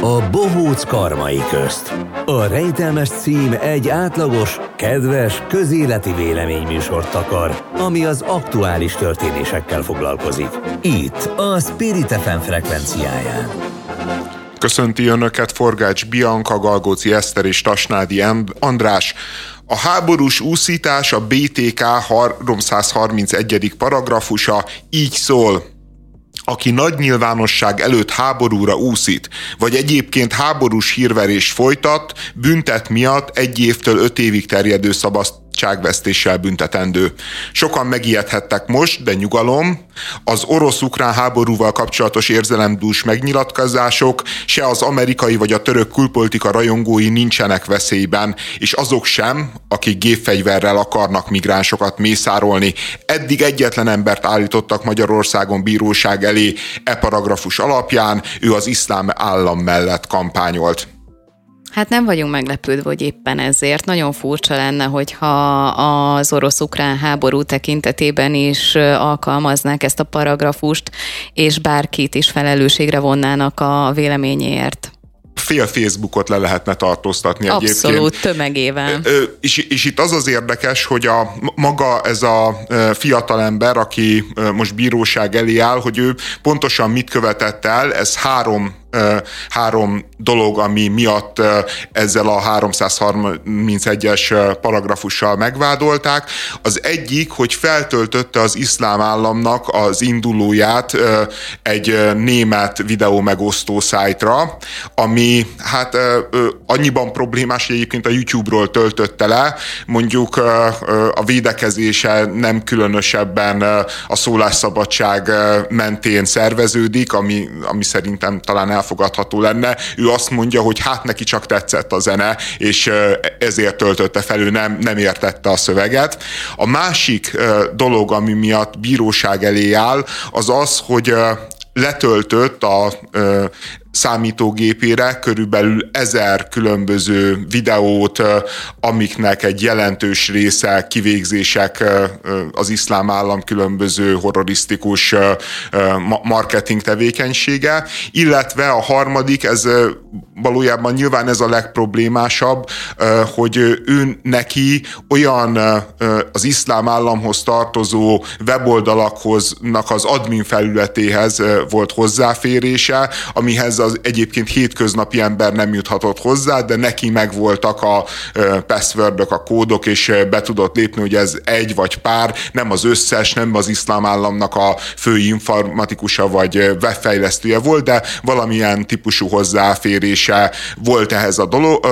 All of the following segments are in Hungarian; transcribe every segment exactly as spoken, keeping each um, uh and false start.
A bohóc karmai közt. A rejtelmes cím egy átlagos, kedves, közéleti véleményműsort takar, ami az aktuális történésekkel foglalkozik. Itt, a Spirit ef em frekvenciáján. Köszönti Önöket Forgács Bianca, Galgóci Eszter és Tasnádi András. A háborús úszítás, a bé té ká háromszázharmincegyedik paragrafusa így szól: aki nagy nyilvánosság előtt háborúra úszít, vagy egyébként háborús hírverést folytat, büntet miatt egy évtől öt évig terjedő szabadságvesztéssel büntetendő. Sokan megijedhettek most, de nyugalom, az orosz-ukrán háborúval kapcsolatos érzelemdús megnyilatkozások se az amerikai vagy a török külpolitika rajongói nincsenek veszélyben, és azok sem, akik gépfegyverrel akarnak migránsokat mészárolni. Eddig egyetlen embert állítottak Magyarországon bíróság elé e paragrafus alapján, ő az iszlám állam mellett kampányolt. Hát nem vagyunk meglepődve, hogy éppen ezért. Nagyon furcsa lenne, hogyha az orosz-ukrán háború tekintetében is alkalmaznák ezt a paragrafust, és bárkit is felelősségre vonnának a véleményéért. Fél Facebookot le lehetne tartóztatni egyébként. Abszolút, tömegével. És, és itt az az érdekes, hogy a, maga ez a fiatalember, aki most bíróság elé áll, hogy ő pontosan mit követett el, ez három három dolog, ami miatt ezzel a háromszázharmincegyes paragrafussal megvádolták. Az egyik, hogy feltöltötte az iszlám államnak az indulóját egy német videó megosztó szájtra, ami hát annyiban problémás, hogy egyébként a YouTube-ról töltötte le, mondjuk a védekezése nem különösebben a szólásszabadság mentén szerveződik, ami, ami szerintem talán elfogadható lenne. Ő azt mondja, hogy hát neki csak tetszett a zene, és ezért töltötte fel, ő nem, nem értette a szöveget. A másik dolog, ami miatt bíróság elé áll, az az, hogy letöltött a számítógépére körülbelül ezer különböző videót, amiknek egy jelentős része kivégzések, az iszlám állam különböző horrorisztikus marketing tevékenysége, illetve a harmadik, ez valójában nyilván ez a legproblémásabb, hogy ő neki olyan az iszlám államhoz tartozó weboldalaknak az admin felületéhez volt hozzáférése, amihez az egyébként hétköznapi ember nem juthatott hozzá, de neki megvoltak a passwordok, a kódok, és be tudott lépni, hogy ez egy vagy pár, nem az összes, nem az iszlám államnak a fő informatikusa vagy webfejlesztője volt, de valamilyen típusú hozzáférése volt ehhez a dolog,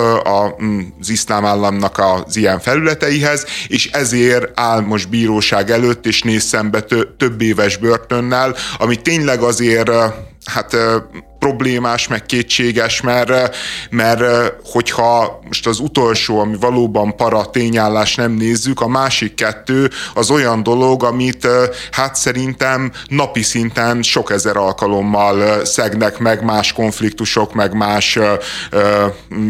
az iszlám államnak az ilyen felületeihez, és ezért áll most bíróság előtt, és néz szembe több éves börtönnel, ami tényleg azért hát problémás, meg kétséges, mert, mert hogyha most az utolsó, ami valóban para tényállás nem nézzük, a másik kettő az olyan dolog, amit hát szerintem napi szinten sok ezer alkalommal szegnek meg más konfliktusok, meg más ö, ö,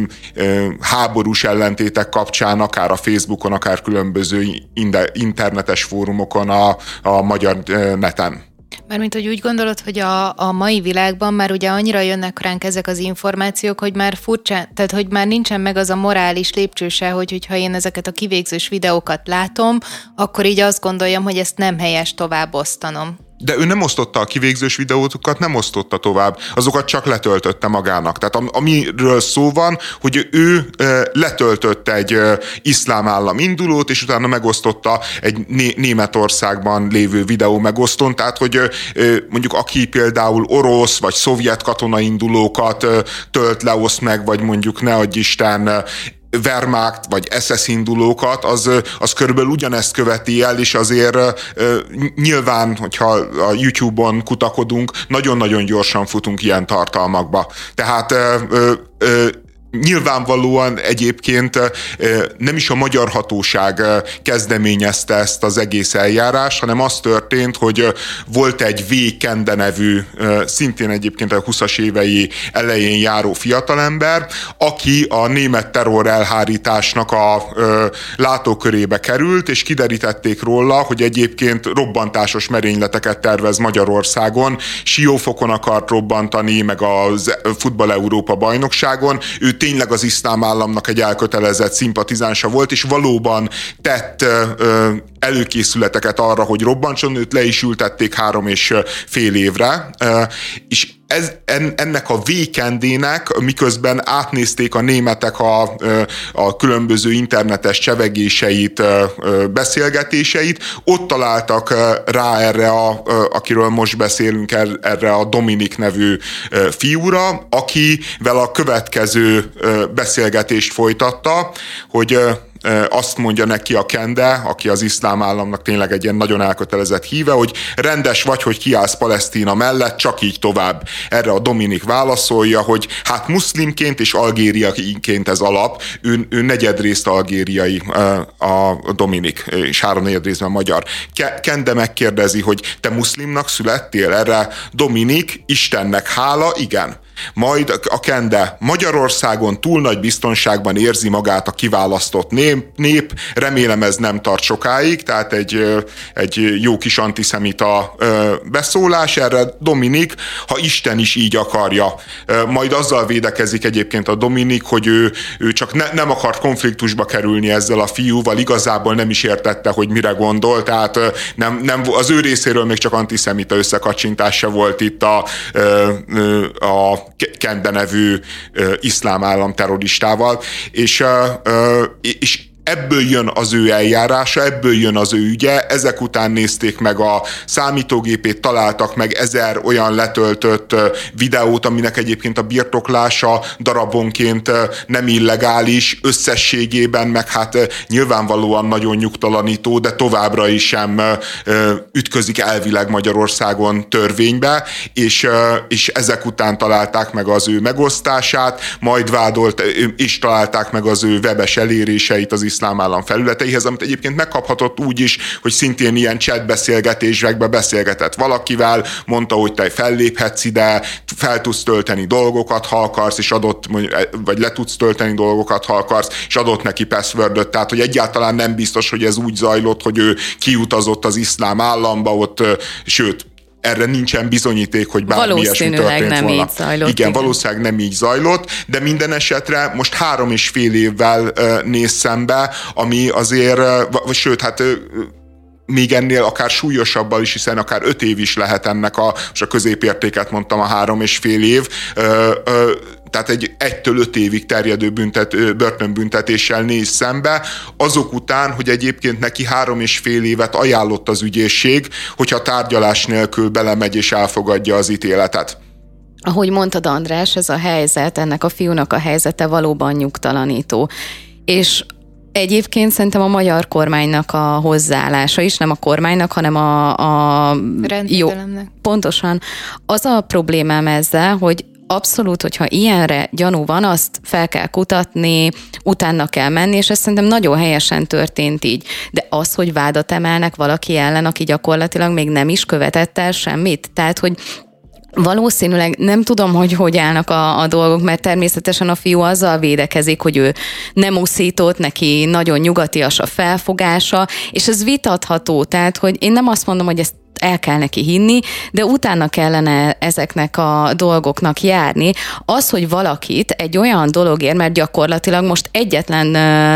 ö, háborús ellentétek kapcsán, akár a Facebookon, akár különböző internetes fórumokon a, a magyar neten. Mármint, hogy úgy gondolod, hogy a, a mai világban már ugye annyira jönnek ránk ezek az információk, hogy már furcsa, tehát hogy már nincsen meg az a morális lépcsőse, hogy hogyha én ezeket a kivégzős videókat látom, akkor így azt gondoljam, hogy ezt nem helyes tovább osztanom. De ő nem osztotta a kivégzős videókat, nem osztotta tovább, azokat csak letöltötte magának. Tehát amiről szó van, hogy ő letöltötte egy iszlám állam indulót, és utána megosztotta egy Németországban lévő videó megosztón, tehát hogy mondjuk aki például orosz vagy szovjet katonaindulókat tölt le, oszt meg, vagy mondjuk ne adj Isten Wehrmacht vagy es es indulókat, az, az körülbelül ugyanezt követi el, és azért nyilván, hogyha a YouTube-on kutakodunk, nagyon-nagyon gyorsan futunk ilyen tartalmakba. Tehát Nyilvánvalóan egyébként nem is a magyar hatóság kezdeményezte ezt az egész eljárást, hanem az történt, hogy volt egy V. Kende nevű, szintén egyébként a huszas évei elején járó fiatalember, aki a német terror elhárításnak a látókörébe került, és kiderítették róla, hogy egyébként robbantásos merényleteket tervez Magyarországon, Siófokon akart robbantani, meg a Futball Európa bajnokságon. Ő tényleg az iszlám államnak egy elkötelezett szimpatizánsa volt, és valóban tett ö, előkészületeket arra, hogy robbantson, őt le is ültették három és fél évre, ö, és Ez, ennek a V-Kendének, miközben átnézték a németek a, a különböző internetes csevegéseit, beszélgetéseit, ott találtak rá erre, a, akiről most beszélünk, erre a Dominik nevű fiúra, akivel a következő beszélgetést folytatta, hogy azt mondja neki a Kende, aki az iszlám államnak tényleg egy ilyen nagyon elkötelezett híve, hogy rendes vagy, hogy kiállsz Palesztina mellett, csak így tovább. Erre a Dominik válaszolja, hogy hát muszlimként és algériaiként ez alap, ő, ő negyedrészt algériai a Dominik, és háromnegyed részben magyar. Kende megkérdezi, hogy te muszlimnak születtél? Erre Dominik, Istennek hála, igen. Majd a Kende, Magyarországon túl nagy biztonságban érzi magát a kiválasztott nép, nép, remélem ez nem tart sokáig, tehát egy, egy jó kis antiszemita beszólás. Erre Dominik, ha Isten is így akarja. Majd azzal védekezik egyébként a Dominik, hogy ő, ő csak ne, nem akart konfliktusba kerülni ezzel a fiúval, igazából nem is értette, hogy mire gondol, tehát nem, nem, az ő részéről még csak antiszemita összekacsintás se volt itt a, a Kende nevű iszlám állam terroristával, és, és ebből jön az ő eljárása, ebből jön az ő ügye, ezek után nézték meg a számítógépét, találtak meg ezer olyan letöltött videót, aminek egyébként a birtoklása darabonként nem illegális, összességében meg hát nyilvánvalóan nagyon nyugtalanító, de továbbra is sem ütközik elvileg Magyarországon törvénybe, és, és ezek után találták meg az ő megosztását, majd vádolt, és találták meg az ő webes eléréseit az iszlám állam felületeihez, amit egyébként megkaphatott úgy is, hogy szintén ilyen chat beszélgetésekbe beszélgetett valakivel, mondta, hogy te felléphetsz ide, fel tudsz tölteni dolgokat, ha akarsz, és adott, vagy le tudsz tölteni dolgokat, ha akarsz, és adott neki passwordöt, tehát hogy egyáltalán nem biztos, hogy ez úgy zajlott, hogy ő kiutazott az iszlám államba, ott, sőt, erre nincsen bizonyíték, hogy bármi ilyesmi történt nem volna. Így zajlott, igen, igen, valószínűleg nem így zajlott, de minden esetre most három és fél évvel uh, néz szembe, ami azért, uh, sőt, hát uh, még ennél akár súlyosabbal is, hiszen akár öt év is lehet ennek a, most a középértéket mondtam, a három és fél év, uh, uh, tehát egy egytől öt évig terjedő büntet, börtönbüntetéssel néz szembe, azok után, hogy egyébként neki három és fél évet ajánlott az ügyészség, hogyha tárgyalás nélkül belemegy és elfogadja az ítéletet. Ahogy mondtad, András, ez a helyzet, ennek a fiúnak a helyzete valóban nyugtalanító. És egyébként szerintem a magyar kormánynak a hozzáállása is, nem a kormánynak, hanem a, a jó, pontosan. Az a problémám ezzel, hogy abszolút, hogyha ilyenre gyanú van, azt fel kell kutatni, utána kell menni, és ez szerintem nagyon helyesen történt így. De az, hogy vádat emelnek valaki ellen, aki gyakorlatilag még nem is követett el semmit, tehát, hogy valószínűleg nem tudom, hogy hogy állnak a, a dolgok, mert természetesen a fiú azzal védekezik, hogy ő nem uszított, neki nagyon nyugatias a felfogása, és ez vitatható, tehát, hogy én nem azt mondom, hogy ezt el kell neki hinni, de utána kellene ezeknek a dolgoknak járni. Az, hogy valakit egy olyan dologért, mert gyakorlatilag most egyetlen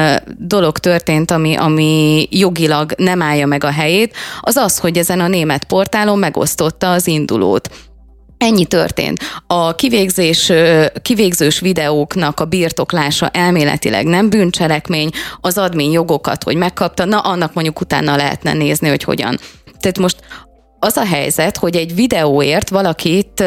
dolog történt, ami, ami jogilag nem állja meg a helyét, az az, hogy ezen a német portálon megosztotta az indulót. Ennyi történt. A kivégzés, kivégzős videóknak a birtoklása elméletileg nem bűncselekmény, az admin jogokat, hogy megkapta, na annak mondjuk utána lehetne nézni, hogy hogyan. Tehát most az a helyzet, hogy egy videóért valakit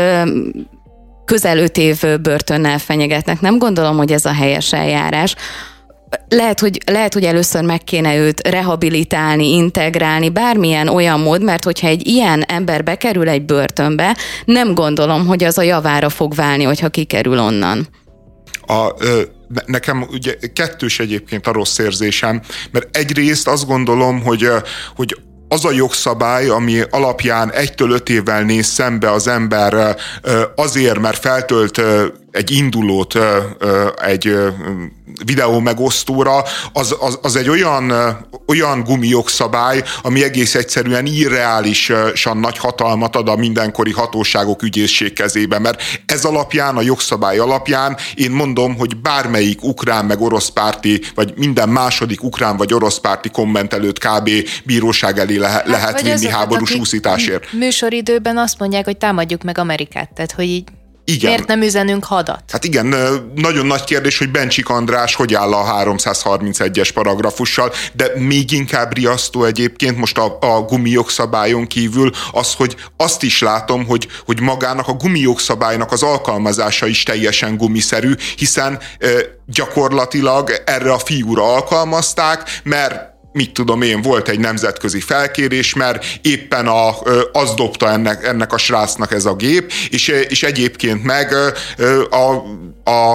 közel öt év börtönnel fenyegetnek. Nem gondolom, hogy ez a helyes eljárás. Lehet hogy, lehet, hogy először meg kéne őt rehabilitálni, integrálni, bármilyen olyan mód, mert hogyha egy ilyen ember bekerül egy börtönbe, nem gondolom, hogy az a javára fog válni, hogyha kikerül onnan. A ö, nekem ugye kettős egyébként a rossz érzésem, mert egyrészt azt gondolom, hogy, hogy az a jogszabály, ami alapján egytől öt évvel néz szembe az ember azért, mert feltölt egy indulót egy videó megosztóra, az, az, az egy olyan, olyan gumijogszabály, ami egész egyszerűen irreálisan nagy hatalmat ad a mindenkori hatóságok ügyészség kezébe, mert ez alapján, a jogszabály alapján én mondom, hogy bármelyik ukrán meg orosz párti, vagy minden második ukrán vagy orosz párti kommentelőt kb. Bíróság elé le- lehet hát, vinni háborús úszításért. Műsoridőben azt mondják, hogy támadjuk meg Amerikát, tehát hogy így igen. Miért nem üzenünk hadat? Hát igen, nagyon nagy kérdés, hogy Bencsik András hogy áll a háromszázharmincegyes paragrafussal, de még inkább riasztó egyébként most a, a gumijogszabályon kívül az, hogy azt is látom, hogy, hogy magának a gumijogszabálynak az alkalmazása is teljesen gumiszerű, hiszen e, gyakorlatilag erre a fiúra alkalmazták, mert mit tudom én, volt egy nemzetközi felkérés, mert éppen a, az dobta ennek, ennek a srácnak ez a gép, és, és egyébként meg a, a,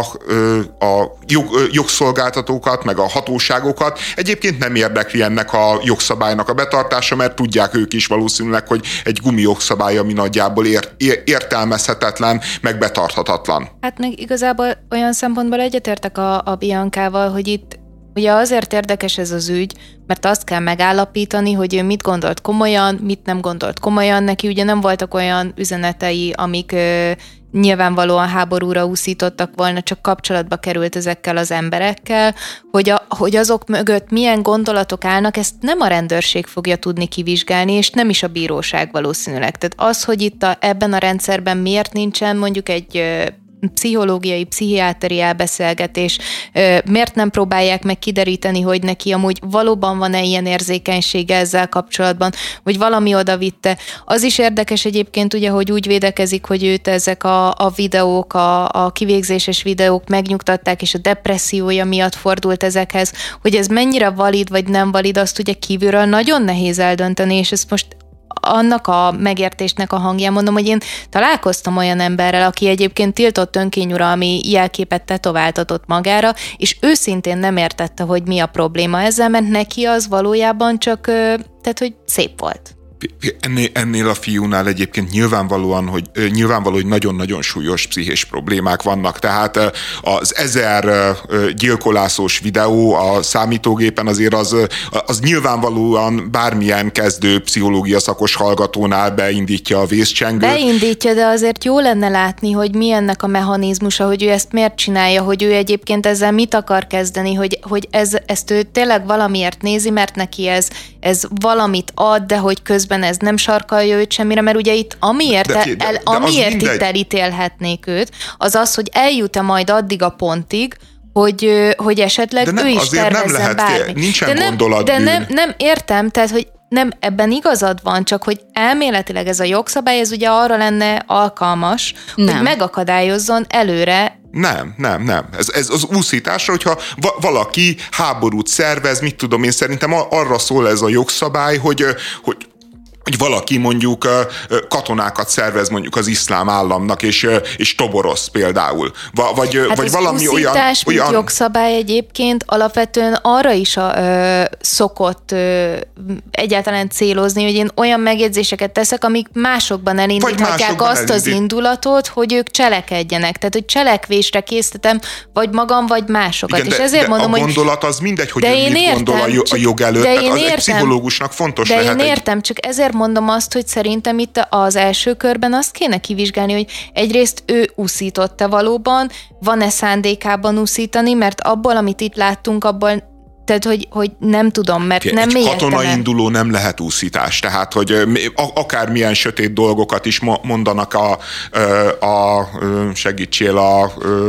a jog, jogszolgáltatókat, meg a hatóságokat egyébként nem érdekli ennek a jogszabálynak a betartása, mert tudják ők is valószínűleg, hogy egy gumi jogszabály, ami nagyjából ért, értelmezhetetlen, meg betarthatatlan. Hát meg igazából olyan szempontból egyetértek a, a Biancával, hogy itt ugye azért érdekes ez az ügy, mert azt kell megállapítani, hogy ő mit gondolt komolyan, mit nem gondolt komolyan. Neki ugye nem voltak olyan üzenetei, amik ö, nyilvánvalóan háborúra úszítottak volna, csak kapcsolatba került ezekkel az emberekkel, hogy, a, hogy azok mögött milyen gondolatok állnak, ezt nem a rendőrség fogja tudni kivizsgálni, és nem is a bíróság valószínűleg. Tehát az, hogy itt a, ebben a rendszerben miért nincsen mondjuk egy ö, pszichológiai, pszichiáteri elbeszélgetés, miért nem próbálják meg kideríteni, hogy neki amúgy valóban van-e ilyen érzékenysége ezzel kapcsolatban, vagy valami oda vitte. Az is érdekes egyébként, ugye, hogy úgy védekezik, hogy őt ezek a, a videók, a, a kivégzéses videók megnyugtatták, és a depressziója miatt fordult ezekhez, hogy ez mennyire valid, vagy nem valid, azt ugye kívülről nagyon nehéz eldönteni, és ezt most annak a megértésnek a hangján mondom, hogy én találkoztam olyan emberrel, aki egyébként tiltott önkényuralmi jelképet tetováltatott magára, és őszintén nem értette, hogy mi a probléma ezzel, mert neki az valójában csak, tehát, hogy szép volt. Ennél, ennél a fiúnál egyébként nyilvánvalóan, hogy nyilvánvaló, hogy nagyon-nagyon súlyos pszichés problémák vannak. Tehát az ezer gyilkolászós videó a számítógépen azért az, az nyilvánvalóan bármilyen kezdő pszichológia szakos hallgatónál beindítja a vészcsengőt. Beindítja, de azért jó lenne látni, hogy mi ennek a mechanizmusa, hogy ő ezt miért csinálja, hogy ő egyébként ezzel mit akar kezdeni, hogy, hogy ez, ezt ő tényleg valamiért nézi, mert neki ez, ez valamit ad, de hogy közben ez nem sarkalja őt semmire, mert ugye itt amiért, de, de, de el, amiért itt elítélhetnék őt, az az, hogy eljut-e majd addig a pontig, hogy, hogy esetleg ő is tervezzen bármi. Nincsen de nem, gondolatbűn. De nem, nem értem, tehát, hogy nem, ebben igazad van, csak hogy elméletileg ez a jogszabály, ez ugye arra lenne alkalmas, nem. hogy megakadályozzon előre. Nem, nem, nem. Ez, ez az úszításra, hogyha va- valaki háborút szervez, mit tudom én, szerintem arra szól ez a jogszabály, hogy, hogy hogy valaki mondjuk katonákat szervez mondjuk az iszlám államnak, és, és toboroz például. Vagy, hát vagy az valami olyan... úszítás, mint olyan... jogszabály egyébként alapvetően arra is a, ö, szokott ö, egyáltalán célozni, hogy én olyan megjegyzéseket teszek, amik másokban elindíthatják másokban azt elindít. Az indulatot, hogy ők cselekedjenek. Tehát, hogy cselekvésre késztetem vagy magam, vagy másokat. Igen, és de, ezért de mondom, a hogy gondolat az mindegy, hogy ő mit értem, gondol a, a jog előtt. De én az értem, egy pszichológusnak fontos de lehet. én értem, egy... csak ezért mondom azt, hogy szerintem itt az első körben azt kéne kivizsgálni, hogy egyrészt ő úszította valóban, van-e szándékában úszítani, mert abból, amit itt láttunk, abból, tehát, hogy, hogy nem tudom, mert egy nem mélyedtem. Egy katona-induló nem lehet úszítás, tehát, hogy akármilyen sötét dolgokat is mondanak a, a segítsél a,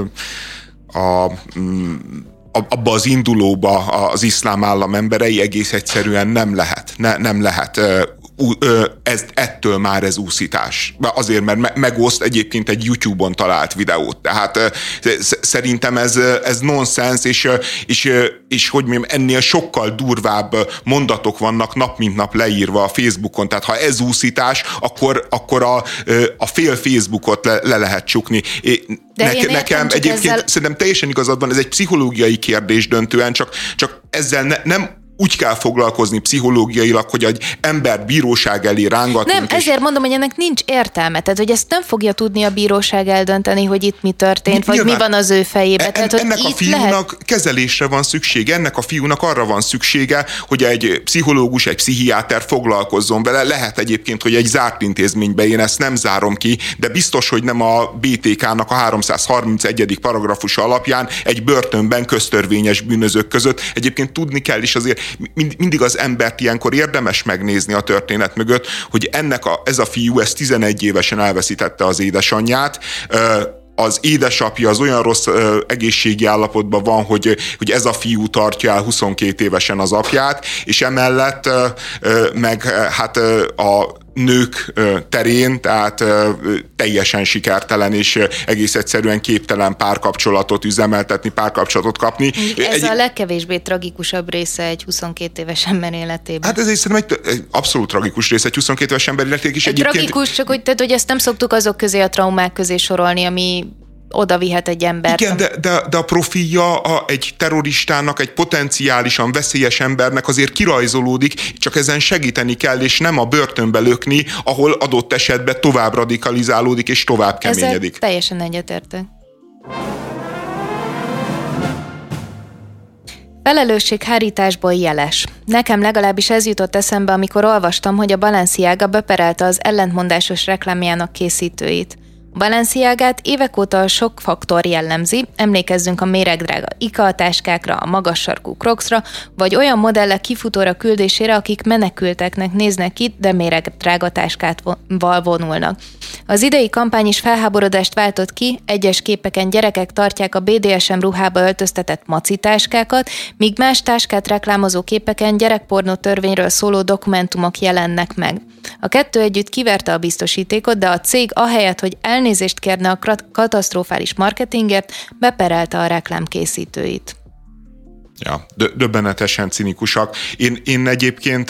a, a abba az indulóba az iszlám állam emberei, egész egyszerűen nem lehet. Ne, nem lehet ez, ettől már ez úszítás. Azért, mert megoszt egyébként egy YouTube-on talált videót. Tehát szerintem ez, ez nonsens, és, és, és hogy mondjam, ennél sokkal durvább mondatok vannak nap mint nap leírva a Facebookon. Tehát ha ez úszítás, akkor, akkor a, a fél Facebookot le, le lehet csukni. De ne, értem, nekem egyébként ezzel... szerintem teljesen igazad van, ez egy pszichológiai kérdés döntően, csak, csak ezzel ne, nem úgy kell foglalkozni pszichológiailag, hogy egy ember bíróság elé rángatunk. Nem, ezért mondom, hogy ennek nincs értelme. Tehát, hogy ezt nem fogja tudni a bíróság eldönteni, hogy itt mi történt, vagy Nyilván, mi van az ő fejében. Tehát, en, ennek a fiúnak lehet... kezelésre van szüksége, ennek a fiúnak arra van szüksége, hogy egy pszichológus, egy pszichiáter foglalkozzon vele. Lehet egyébként, hogy egy zárt intézménybe, én ezt nem zárom ki, de biztos, hogy nem a bé té ká-nak a háromszázharmincegyedik paragrafusa alapján egy börtönben köztörvényes bűnözők között. Egyébként tudni kell is azért, mindig az embert ilyenkor érdemes megnézni a történet mögött, hogy ennek a, ez a fiú, ez tizenegy évesen elveszítette az édesanyját, az édesapja az olyan rossz ö, egészségi állapotban van, hogy, hogy ez a fiú tartja el huszonkét évesen az apját, és emellett ö, ö, meg hát ö, a nők ö, terén, tehát ö, teljesen sikertelen és ö, egész egyszerűen képtelen párkapcsolatot üzemeltetni, párkapcsolatot kapni. Ez egy, a legkevésbé tragikusabb része egy huszonkét éves ember életében. Hát ez egy, szerintem egy, egy abszolút tragikus része egy huszonkét éves ember életében is. Egy egyébként... tragikus, csak hogy, tehát, hogy ezt nem szoktuk azok közé, a traumák közé sorolni, ami oda vihet egy embert. Igen, de, de, de a profilja a, egy terroristának, egy potenciálisan veszélyes embernek azért kirajzolódik, csak ezen segíteni kell, és nem a börtönbe lökni, ahol adott esetben tovább radikalizálódik, és tovább keményedik. Ezzel teljesen egyetértek. Felelősséghárításból jeles. Nekem legalábbis ez jutott eszembe, amikor olvastam, hogy a Balenciaga beperelte az ellentmondásos reklámjának készítőit. A Balenciagát évek óta sok faktor jellemzi, emlékezzünk a méregdrága IKEA táskákra, a magas sarkú Crocsra, vagy olyan modellek kifutóra küldésére, akik menekülteknek néznek ki, de méregdrága táskával vonulnak. Az idei kampány is felháborodást váltott ki, egyes képeken gyerekek tartják a bé dé es em ruhába öltöztetett maci táskákat, míg más táskát reklámozó képeken gyerekpornó törvényről szóló dokumentumok jelennek meg. A kettő együtt kiverte a biztosítékot, de a cég ahelyett, hogy elnézést kérne a katasztrofális marketingért, beperelte a reklámkészítőit. Ja, döbbenetesen cinikusak. Én, én egyébként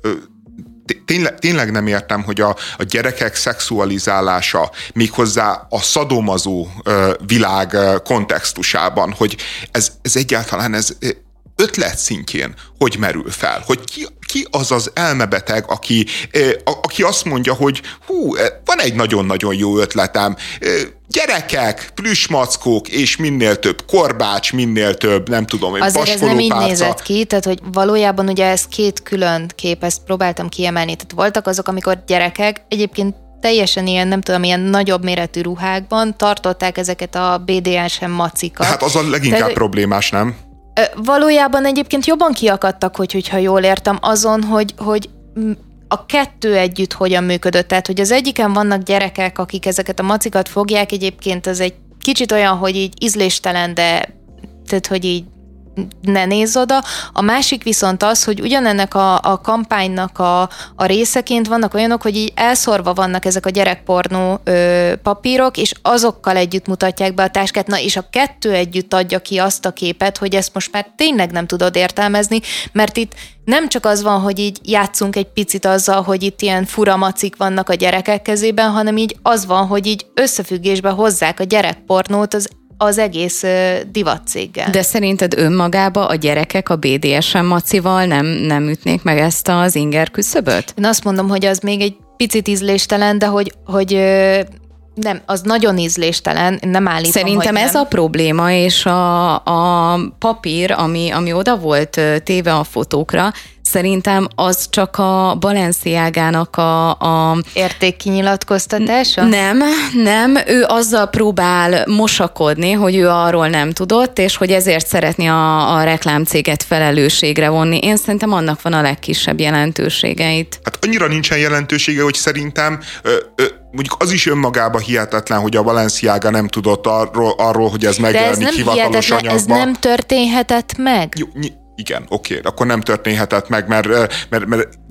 tényleg, tényleg nem értem, hogy a, a gyerekek szexualizálása méghozzá a szadomazó világ kontextusában, hogy ez, ez egyáltalán ez ötlet szintjén hogy merül fel, hogy ki, ki az az elmebeteg, aki, aki azt mondja, hogy hú, van egy nagyon-nagyon jó ötletem, gyerekek, plüssmackók, és minél több korbács, minél több, nem tudom, azért ez nem így nézett ki, tehát hogy valójában ugye ez két külön kép, ezt próbáltam kiemelni, tehát voltak azok, amikor gyerekek egyébként teljesen ilyen, nem tudom, ilyen nagyobb méretű ruhákban tartották ezeket a bé dé es em macikat. Hát az a leginkább tehát, problémás, nem? Valójában egyébként jobban kiakadtak, hogy, hogyha jól értem, azon, hogy, hogy a kettő együtt hogyan működött. Tehát, hogy az egyiken vannak gyerekek, akik ezeket a macikat fogják, egyébként ez egy kicsit olyan, hogy így ízléstelen, de tehát, hogy így ne nézz oda. A másik viszont az, hogy ugyanennek a, a kampánynak a, a részeként vannak olyanok, hogy így elszorva vannak ezek a gyerekpornó ö, papírok, és azokkal együtt mutatják be a táskát, na és a kettő együtt adja ki azt a képet, hogy ezt most már tényleg nem tudod értelmezni, mert itt nem csak az van, hogy így játszunk egy picit azzal, hogy itt ilyen fura macik vannak a gyerekek kezében, hanem így az van, hogy így összefüggésbe hozzák a gyerekpornót az az egész uh, divatcéggel. De szerinted önmagába a gyerekek a bé dé es em macival nem, nem ütnék meg ezt az inger küszöböt? Én azt mondom, hogy az még egy picit ízléstelen, de hogy, hogy uh, nem, az nagyon ízléstelen, nem állítom, szerintem ez nem. a probléma, és a, a papír, ami, ami oda volt téve a fotókra, szerintem az csak a Balenciagának a, a... értékkinyilatkoztatása? Nem, nem. Ő azzal próbál mosakodni, hogy ő arról nem tudott, és hogy ezért szeretné a, a reklámcéget felelősségre vonni. Én szerintem annak van a legkisebb jelentőségeit. Hát annyira nincsen jelentősége, hogy szerintem ö, ö, mondjuk az is önmagában hihetetlen, hogy a Balenciaga nem tudott arról, arról hogy ez megjelenik hivatalos anyagban. Ez nem történhetett meg? Jó, ny- Igen, oké, akkor nem történhetett meg, mert, mert, mert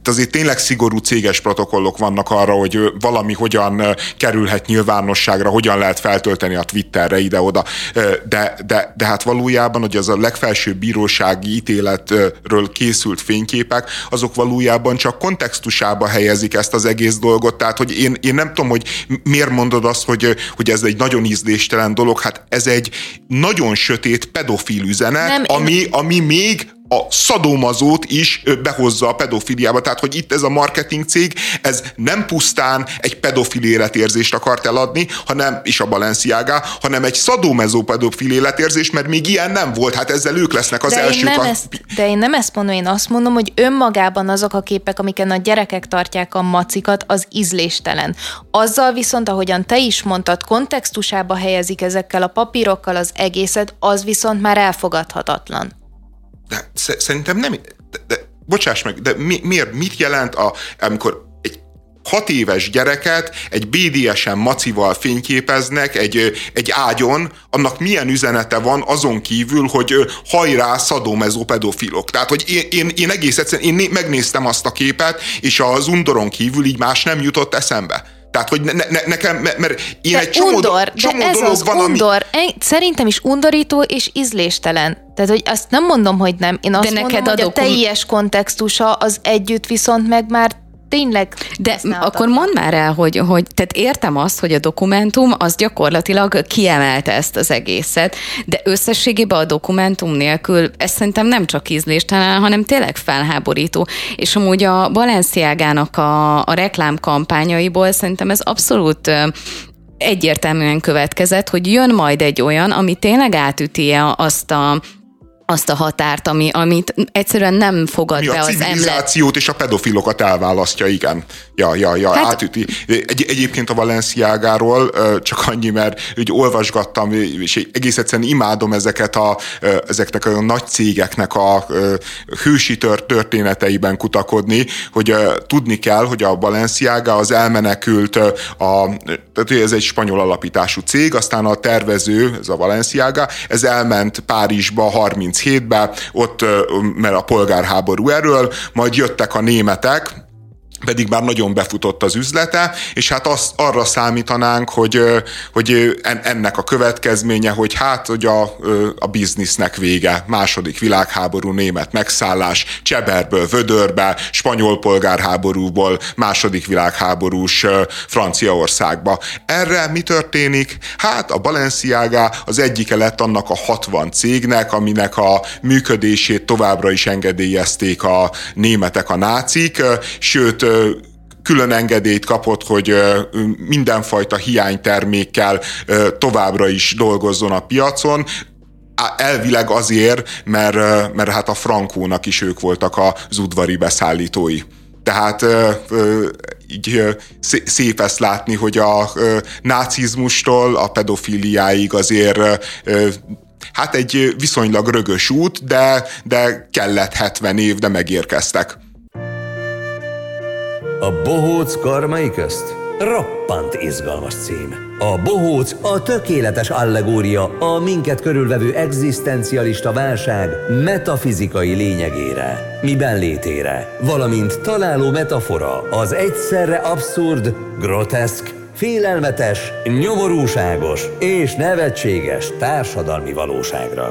azért tényleg szigorú céges protokollok vannak arra, hogy valami hogyan kerülhet nyilvánosságra, hogyan lehet feltölteni a Twitterre ide-oda, de, de, de hát valójában, hogy az a legfelsőbb bírósági ítéletről készült fényképek, azok valójában csak kontextusába helyezik ezt az egész dolgot, tehát hogy én, én nem tudom, hogy miért mondod azt, hogy, hogy ez egy nagyon ízléstelen dolog, hát ez egy nagyon sötét pedofil üzenet, nem, ami, én... ami még a szadomazót is behozza a pedofiliába. Tehát, hogy itt ez a marketing cég, ez nem pusztán egy pedofil életérzést akart eladni, hanem, és a Balenciaga, hanem egy szadomazó pedofil életérzés, mert még ilyen nem volt. Hát ezzel ők lesznek az de elsők. Én a... ezt, de én nem ezt mondom, én azt mondom, hogy önmagában azok a képek, amiken a gyerekek tartják a macikat, az ízléstelen. Azzal viszont, ahogyan te is mondtad, kontextusába helyezik ezekkel a papírokkal az egészet, az viszont már elfogadhatatlan. De szerintem nem, de, de bocsáss meg, de mi, miért, mit jelent, a, amikor egy hat éves gyereket egy bé dé es em macival fényképeznek egy, egy ágyon, annak milyen üzenete van azon kívül, hogy hajrá szadomazó pedofilok. Tehát, hogy én, én, én egész egyszerűen, én megnéztem azt a képet, és az undoron kívül így más nem jutott eszembe. Tehát, hogy ne, ne, nekem, mert én de egy csomó, undor, csomó de ez dolog az van, undor. ami... Szerintem is undorító és ízléstelen. Tehát, hogy azt nem mondom, hogy nem. Én azt de mondom, hogy a, dokum... a teljes kontextusa az együtt viszont meg már tényleg de akkor mondd már el, hogy, hogy tehát értem azt, hogy a dokumentum az gyakorlatilag kiemelte ezt az egészet, de összességében a dokumentum nélkül ez szerintem nem csak ízléstelen, hanem tényleg felháborító. És amúgy a Balenciagának a, a reklámkampányaiból szerintem ez abszolút egyértelműen következett, hogy jön majd egy olyan, ami tényleg átüti azt a azt a határt, ami, amit egyszerűen nem fogad ami be az ember. A civilizációt emlet. és a pedofilokat elválasztja, igen. Ja, ja, ja, hát, átüti. Egy, egyébként a Balenciagáról csak annyi, mert úgy olvasgattam, és egész egyszerűen imádom ezeket a, ezeknek a nagy cégeknek a hősi történeteiben kutakodni, hogy tudni kell, hogy a Balenciaga az elmenekült, a, tehát ez egy spanyol alapítású cég, aztán a tervező, ez a Balenciaga, ez elment Párizsba harminchétben, ott, mert a polgárháború erről, majd jöttek a németek, pedig már nagyon befutott az üzlete, és hát azt, arra számítanánk, hogy, hogy ennek a következménye, hogy hát, hogy a, a biznisznek vége, második világháború, német megszállás, Cseberből Vödörbe, spanyol polgárháborúból, második világháborús Franciaországba. Erre mi történik? Hát a Balenciaga az egyike lett annak a hatvan cégnek, aminek a működését továbbra is engedélyezték a németek, a nácik, sőt, külön engedélyt kapott, hogy mindenfajta hiánytermékkel továbbra is dolgozzon a piacon, elvileg azért, mert, mert hát a Frankónak is ők voltak az udvari beszállítói. Tehát így szép ezt látni, hogy a nácizmustól a pedofiliáig azért hát egy viszonylag rögös út, de, de kellett hetven év, de megérkeztek. A Bohóc Karmai Közt? Roppant izgalmas cím. A bohóc a tökéletes allegória a minket körülvevő egzisztencialista válság metafizikai lényegére, miben létére, valamint találó metafora az egyszerre abszurd, groteszk, félelmetes, nyomorúságos és nevetséges társadalmi valóságra.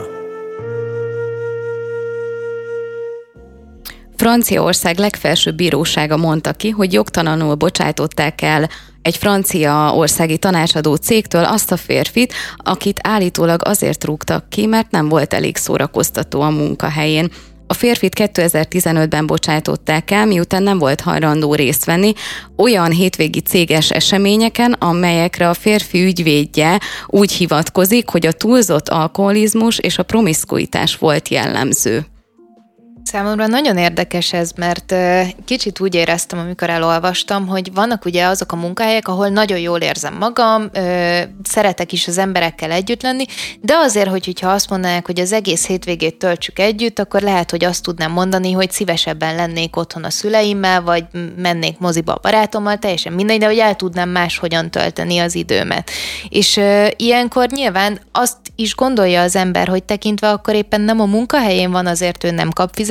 Franciaország legfelsőbb bírósága mondta ki, hogy jogtalanul bocsájtották el egy franciaországi tanácsadó cégtől azt a férfit, akit állítólag azért rúgtak ki, mert nem volt elég szórakoztató a munkahelyén. A férfit kétezer-tizenötben bocsájtották el, miután nem volt hajlandó részt venni olyan hétvégi céges eseményeken, amelyekre a férfi ügyvédje úgy hivatkozik, hogy a túlzott alkoholizmus és a promiszkuitás volt jellemző. Számomra nagyon érdekes ez, mert kicsit úgy éreztem, amikor elolvastam, hogy vannak ugye azok a munkahelyek, ahol nagyon jól érzem magam, szeretek is az emberekkel együtt lenni, de azért, hogy, hogyha azt mondanák, hogy az egész hétvégét töltsük együtt, akkor lehet, hogy azt tudnám mondani, hogy szívesebben lennék otthon a szüleimmel, vagy mennék moziba a barátommal, teljesen mindegy, de hogy el tudnám máshogyan tölteni az időmet. És ilyenkor nyilván azt is gondolja az ember, hogy tekintve akkor éppen nem a munkahelyén van, azért ő nem kap fizetést,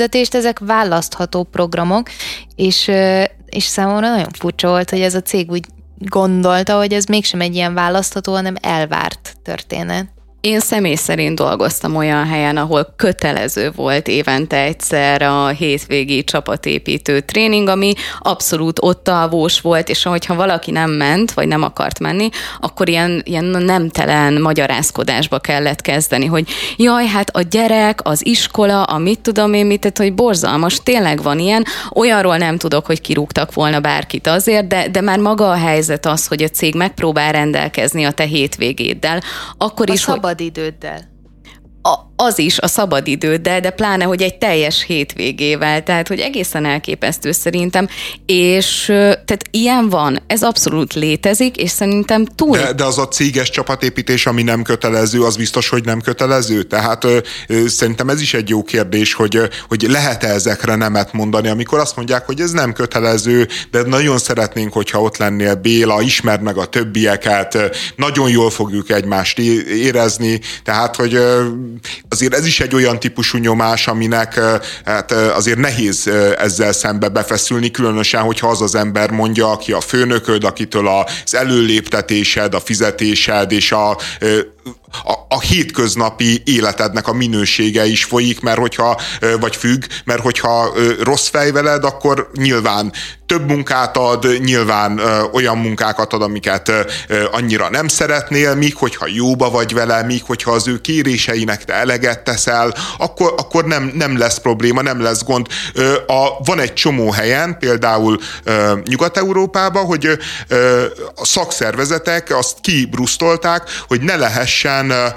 fizetést, ezek választható programok, és, és számomra nagyon furcsa volt, hogy ez a cég úgy gondolta, hogy ez mégsem egy ilyen választható, hanem elvárt történet. Én személy szerint dolgoztam olyan helyen, ahol kötelező volt évente egyszer a hétvégi csapatépítő tréning, ami abszolút ott alvós volt, és hogyha valaki nem ment, vagy nem akart menni, akkor ilyen, ilyen nemtelen magyarázkodásba kellett kezdeni, hogy jaj, hát a gyerek, az iskola, a mit tudom én mit, tehát, hogy borzalmas, tényleg van ilyen, olyanról nem tudok, hogy kirúgtak volna bárkit azért, de, de már maga a helyzet az, hogy a cég megpróbál rendelkezni a te hétvégéddel, akkor a is, hogy szabadidőddel. A, az is a szabadidőddel, de pláne, hogy egy teljes hétvégével, tehát, hogy egészen elképesztő szerintem, és tehát ilyen van, ez abszolút létezik, és szerintem túl... De, de az a céges csapatépítés, ami nem kötelező, az biztos, hogy nem kötelező? Tehát ö, ö, szerintem ez is egy jó kérdés, hogy, hogy lehet-e ezekre nemet mondani, amikor azt mondják, hogy ez nem kötelező, de nagyon szeretnénk, hogyha ott lennél, Béla, ismerd meg a többieket, nagyon jól fogjuk egymást érezni, tehát, hogy ö, azért ez is egy olyan típusú nyomás, aminek hát azért nehéz ezzel szembe befeszülni, különösen, hogyha az az ember mondja, aki a főnököd, akitől az előléptetésed, a fizetésed és a A, a hétköznapi életednek a minősége is folyik, mert hogyha, vagy függ, mert hogyha rossz fej veled, akkor nyilván több munkát ad, nyilván olyan munkákat ad, amiket annyira nem szeretnél, míg hogyha jóba vagy vele, míg hogyha az ő kéréseinek te eleget teszel, akkor, akkor nem, nem lesz probléma, nem lesz gond. A, van egy csomó helyen, például Nyugat-Európában, hogy a szakszervezetek azt kibrusztolták, hogy ne lehessen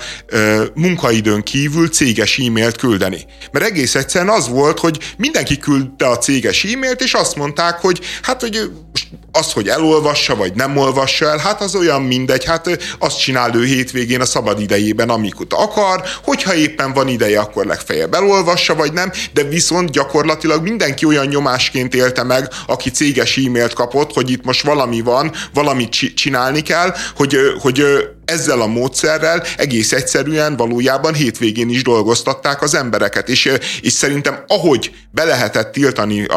munkaidőn kívül céges e-mailt küldeni. Mert egész egyszerűen az volt, hogy mindenki küldte a céges e-mailt, és azt mondták, hogy hát, hogy az, hogy elolvassa, vagy nem olvassa el, hát az olyan mindegy, hát azt csinál ő hétvégén a szabad idejében, amikor akar, hogyha éppen van ideje, akkor legfeljebb elolvassa, vagy nem, de viszont gyakorlatilag mindenki olyan nyomásként élte meg, aki céges e-mailt kapott, hogy itt most valami van, valamit csinálni kell, hogy, hogy ezzel a módszerrel egész egyszerűen valójában hétvégén is dolgoztatták az embereket, és, és szerintem ahogy be lehetett tiltani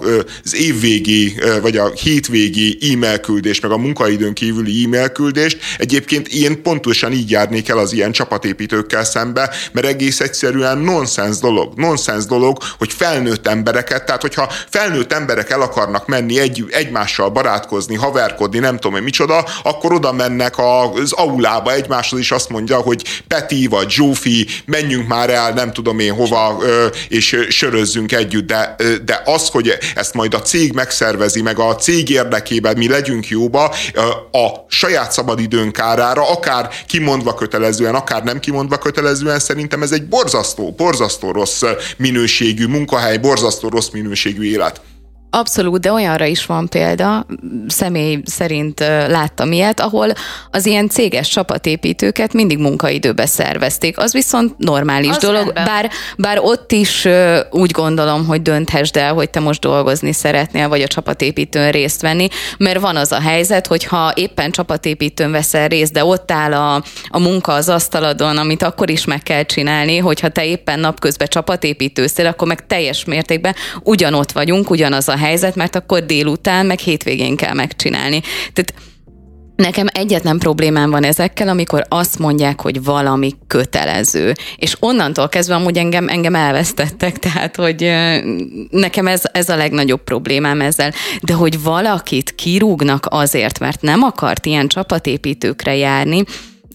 az évvégi, vagy a hétvégi e-mail küldést, meg a munkaidőn kívüli e-mail küldést, egyébként én pontosan így járnék el az ilyen csapatépítőkkel szembe, mert egész egyszerűen nonsens dolog, nonsens dolog, hogy felnőtt embereket, tehát hogyha felnőtt emberek el akarnak menni egy, egymással barátkozni, haverkodni, nem tudom én micsoda, akkor oda mennek az aulába egymáshoz, is azt mondja, hogy Peti vagy Zsófi, menjünk már el, nem tudom én hova, és sörözzünk együtt, de, de az, hogy ezt majd a cég megszervezi, meg a cég érdekében mi legyünk jóba, a saját szabadidőnk kárára, akár kimondva kötelezően, akár nem kimondva kötelezően, szerintem ez egy borzasztó, borzasztó rossz minőségű munkahely, borzasztó rossz minőségű élet. Abszolút, de olyanra is van példa, személy szerint láttam ilyet, ahol az ilyen céges csapatépítőket mindig munkaidőbe szervezték. Az viszont normális az dolog, bár, bár ott is úgy gondolom, hogy dönthesd el, hogy te most dolgozni szeretnél, vagy a csapatépítőn részt venni, mert van az a helyzet, hogy ha éppen csapatépítőn veszel részt, de ott áll a, a munka az asztaladon, amit akkor is meg kell csinálni, hogyha te éppen napközben csapatépítőztél, akkor meg teljes mértékben ugyanott vagyunk, ugyanaz a helyzet, mert akkor délután, meg hétvégén kell megcsinálni. Tehát nekem egyetlen problémám van ezekkel, amikor azt mondják, hogy valami kötelező. És onnantól kezdve amúgy engem, engem elvesztettek, tehát, hogy nekem ez, ez a legnagyobb problémám ezzel. De hogy valakit kirúgnak azért, mert nem akart ilyen csapatépítőkre járni,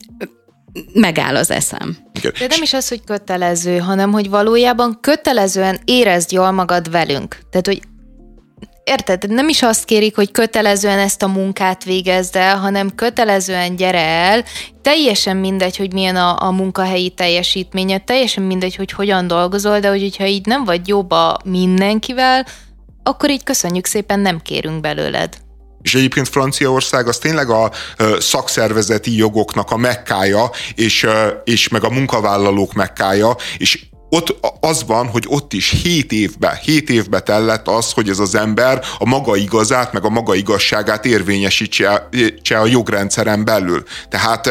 megáll az eszem. De nem is az, hogy kötelező, hanem hogy valójában kötelezően érezd jól magad velünk. Tehát, hogy érted? Nem is azt kérik, hogy kötelezően ezt a munkát végezd el, hanem kötelezően gyere el, teljesen mindegy, hogy milyen a, a munkahelyi teljesítményed, teljesen mindegy, hogy hogyan dolgozol, de hogy, hogyha így nem vagy jóba mindenkivel, akkor így köszönjük szépen, nem kérünk belőled. És egyébként Franciaország az tényleg a szakszervezeti jogoknak a mekkája, és, és meg a munkavállalók mekkája, és ott az van, hogy ott is hét évbe, hét évbe tellett az, hogy ez az ember a maga igazát, meg a maga igazságát érvényesítse a jogrendszeren belül. Tehát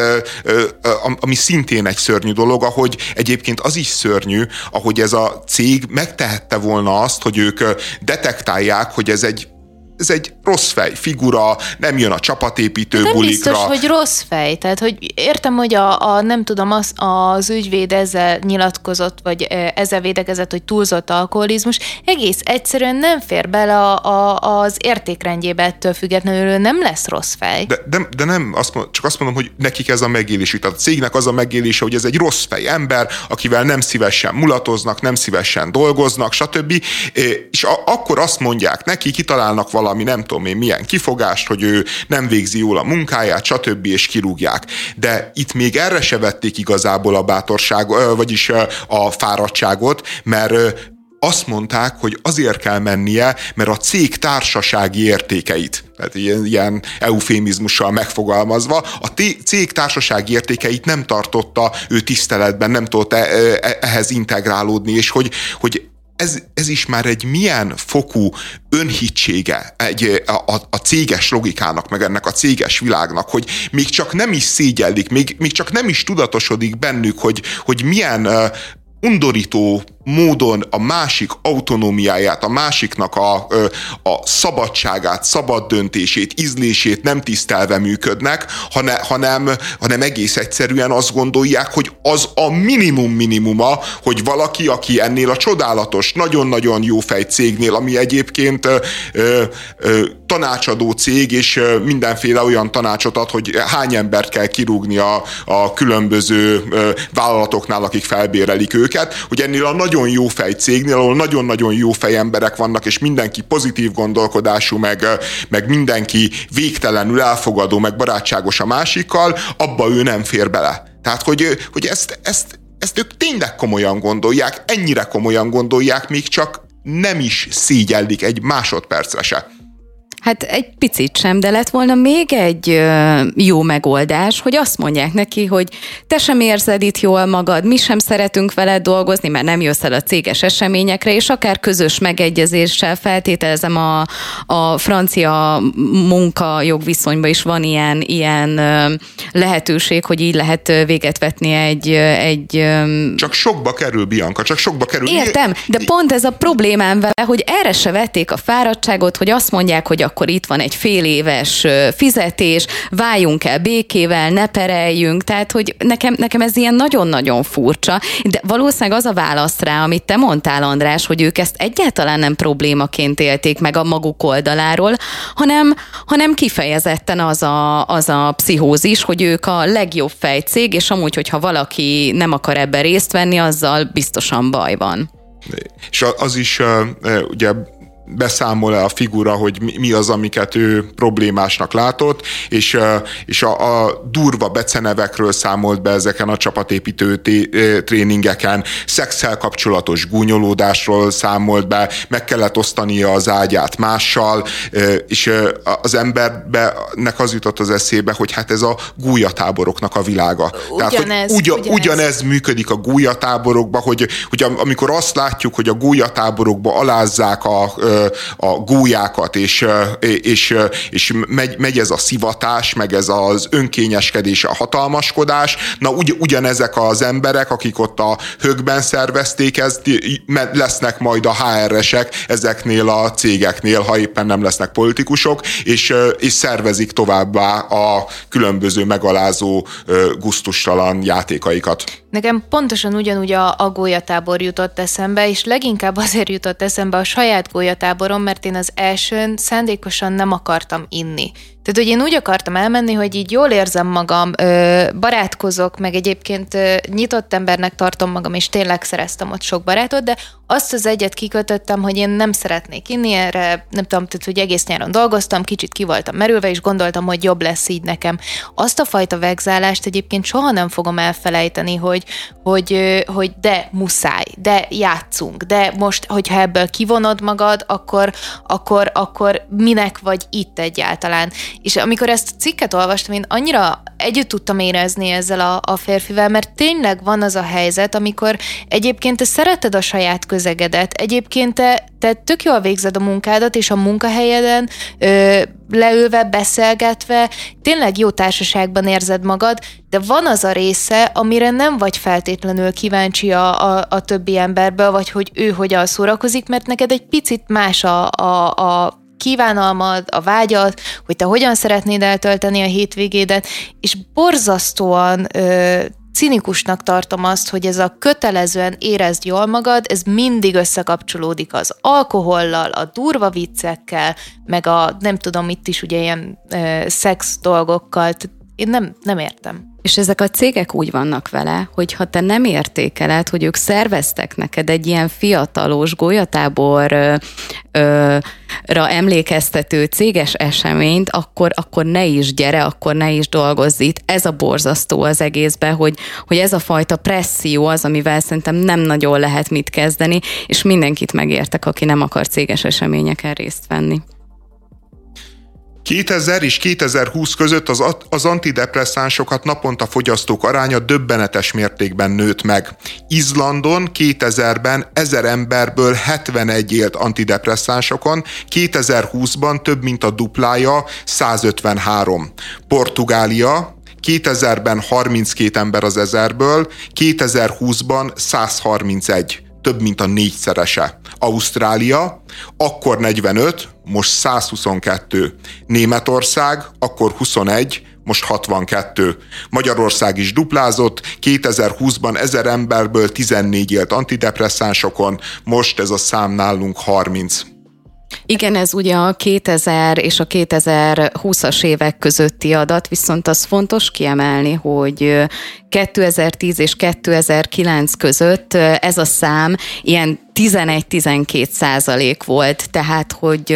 ami szintén egy szörnyű dolog, ahogy egyébként az is szörnyű, ahogy ez a cég megtehette volna azt, hogy ők detektálják, hogy ez egy ez egy rossz fej figura, nem jön a csapatépítő nem bulikra. Nem biztos, hogy rossz fej. Tehát, hogy értem, hogy a, a nem tudom, az, az ügyvéd ezzel nyilatkozott, vagy ezzel védekezett, hogy túlzott alkoholizmus. Egész egyszerűen nem fér bele a, a, az értékrendjébe, ettől függetlenül ő nem lesz rossz fej. De, de, de nem, azt mondom, csak azt mondom, hogy nekik ez a megélésük. Tehát a cégnek az a megélése, hogy ez egy rossz fej ember, akivel nem szívesen mulatoznak, nem szívesen dolgoznak, stb. És a, akkor azt mondják neki, kitalálnak valami valami nem tudom én milyen kifogást, hogy ő nem végzi jól a munkáját, stb. És kirúgják. De itt még erre se vették igazából a bátorság, vagyis a fáradtságot, mert azt mondták, hogy azért kell mennie, mert a cég társasági értékeit, tehát ilyen, ilyen eufémizmussal megfogalmazva, a t- cég társasági értékeit nem tartotta ő tiszteletben, nem tudott ehhez integrálódni, és hogy, hogy Ez, ez is már egy milyen fokú önhitsége egy, a, a céges logikának, meg ennek a céges világnak, hogy még csak nem is szégyellik, még, még csak nem is tudatosodik bennük, hogy, hogy milyen uh, undorító módon a másik autonómiáját, a másiknak a, a szabadságát, szabad döntését, ízlését nem tisztelve működnek, hanem, hanem, hanem egész egyszerűen azt gondolják, hogy az a minimum minimuma, hogy valaki, aki ennél a csodálatos, nagyon-nagyon jó fej cégnél, ami egyébként ö, ö, ö, tanácsadó cég, és ö, mindenféle olyan tanácsot ad, hogy hány embert kell kirúgni a, a különböző ö, vállalatoknál, akik felbérelik őket, hogy ennél a nagyon jó fej cégnél, ahol nagyon-nagyon jó fej emberek vannak, és mindenki pozitív gondolkodású, meg, meg mindenki végtelenül elfogadó, meg barátságos a másikkal, abba ő nem fér bele. Tehát, hogy, hogy ezt, ezt, ezt ők tényleg komolyan gondolják, ennyire komolyan gondolják, még csak nem is szégyellik egy másodpercre se. Hát egy picit sem, de lett volna még egy ö, jó megoldás, hogy azt mondják neki, hogy te sem érzed itt jól magad, mi sem szeretünk veled dolgozni, mert nem jössz el a céges eseményekre, és akár közös megegyezéssel feltételezem a, a francia munkajogviszonyban is van ilyen, ilyen ö, lehetőség, hogy így lehet véget vetni egy... egy ö... Csak sokba kerül, Bianca, csak sokba kerül. Értem, de pont ez a problémám vele, hogy erre se vették a fáradtságot, hogy azt mondják, hogy akkor itt van egy fél éves fizetés, váljunk el békével, ne pereljünk, tehát hogy nekem, nekem ez ilyen nagyon-nagyon furcsa, de valószínűleg az a válasz rá, amit te mondtál, András, hogy ők ezt egyáltalán nem problémaként élték meg a maguk oldaláról, hanem, hanem kifejezetten az a, az a pszichózis, hogy ők a legjobb fejcég, és amúgy, hogyha valaki nem akar ebben részt venni, azzal biztosan baj van. És az is ugye beszámol el a figura, hogy mi az, amiket ő problémásnak látott, és, és a, a durva becenevekről számolt be ezeken a csapatépítő té, tréningeken, szexszel kapcsolatos gúnyolódásról számolt be, meg kellett osztania az ágyát mással, és az embernek az jutott az eszébe, hogy hát ez a gúlyatáboroknak a világa. Ugyanez, Tehát, hogy ugyan, ugyanez. ugyanez működik a gúlyatáborokban, hogy, hogy amikor azt látjuk, hogy a gúlyatáborokba alázzák a a gólyákat, és, és, és megy, megy ez a szivatás, meg ez az önkényeskedés, a hatalmaskodás. Na ugy, ugyanezek az emberek, akik ott a högben szervezték ezt, lesznek majd a há er-esek ezeknél a cégeknél, ha éppen nem lesznek politikusok, és, és szervezik továbbá a különböző megalázó, gusztustalan játékaikat. Nekem pontosan ugyanúgy a, a gólyatábor jutott eszembe, és leginkább azért jutott eszembe a saját gólyatáborom, mert én az elsőn szándékosan nem akartam inni. Tehát, hogy én úgy akartam elmenni, hogy így jól érzem magam, barátkozok, meg egyébként nyitott embernek tartom magam, és tényleg szereztem ott sok barátot, de azt az egyet kikötöttem, hogy én nem szeretnék inni, erre nem tudom, tehát, hogy egész nyáron dolgoztam, kicsit ki voltam merülve, és gondoltam, hogy jobb lesz így nekem. Azt a fajta vegzálást egyébként soha nem fogom elfelejteni, hogy, hogy, hogy de muszáj, de játszunk, de most, hogyha ebből kivonod magad, akkor, akkor, akkor minek vagy itt egyáltalán. És amikor ezt a cikket olvastam, én annyira együtt tudtam érezni ezzel a, a férfivel, mert tényleg van az a helyzet, amikor egyébként te szereted a saját közegedet, egyébként te, te tök jól végzed a munkádat, és a munkahelyeden ö, leülve, beszélgetve, tényleg jó társaságban érzed magad, de van az a része, amire nem vagy feltétlenül kíváncsi a, a, a többi emberből, vagy hogy ő hogyan szórakozik, mert neked egy picit más a, a, a kívánalmad, a vágyad, hogy te hogyan szeretnéd eltölteni a hétvégédet, és borzasztóan ö, cinikusnak tartom azt, hogy ez a kötelezően érezd jól magad, ez mindig összekapcsolódik az alkohollal, a durva viccekkel, meg a nem tudom, itt is ugye ilyen ö, szex dolgokkal. Én nem, nem értem. És ezek a cégek úgy vannak vele, hogy ha te nem értékeled, hogy ők szerveztek neked egy ilyen fiatalos golyatáborra emlékeztető céges eseményt, akkor, akkor ne is gyere, akkor ne is dolgozz itt. Ez a borzasztó az egészben, hogy, hogy ez a fajta presszió az, amivel szerintem nem nagyon lehet mit kezdeni, és mindenkit megértek, aki nem akar céges eseményeken részt venni. kétezer és kétezer-húsz között az, az antidepresszánsokat naponta fogyasztók aránya döbbenetes mértékben nőtt meg. Izlandon kétezerben ezer emberből hetvenegy élt antidepresszánsokon, kétezer-húszban több mint a duplája, százötvenhárom. Portugália kétezerben harminckét ember az ezerből, kétezer-húszban százharmincegy. Több mint a négyszerese. Ausztrália, akkor negyvenöt, most százhuszonkettő. Németország, akkor huszonegy, most hatvankettő. Magyarország is duplázott, kétezer-húszban ezer emberből tizennégy élt antidepresszánsokon, most ez a szám nálunk harminc. Igen, ez ugye a kétezer és a kétezer-húszas évek közötti adat, viszont az fontos kiemelni, hogy kétezer-tíz és kétezer-kilenc között ez a szám ilyen tizenegy-tizenkét százalék volt, tehát hogy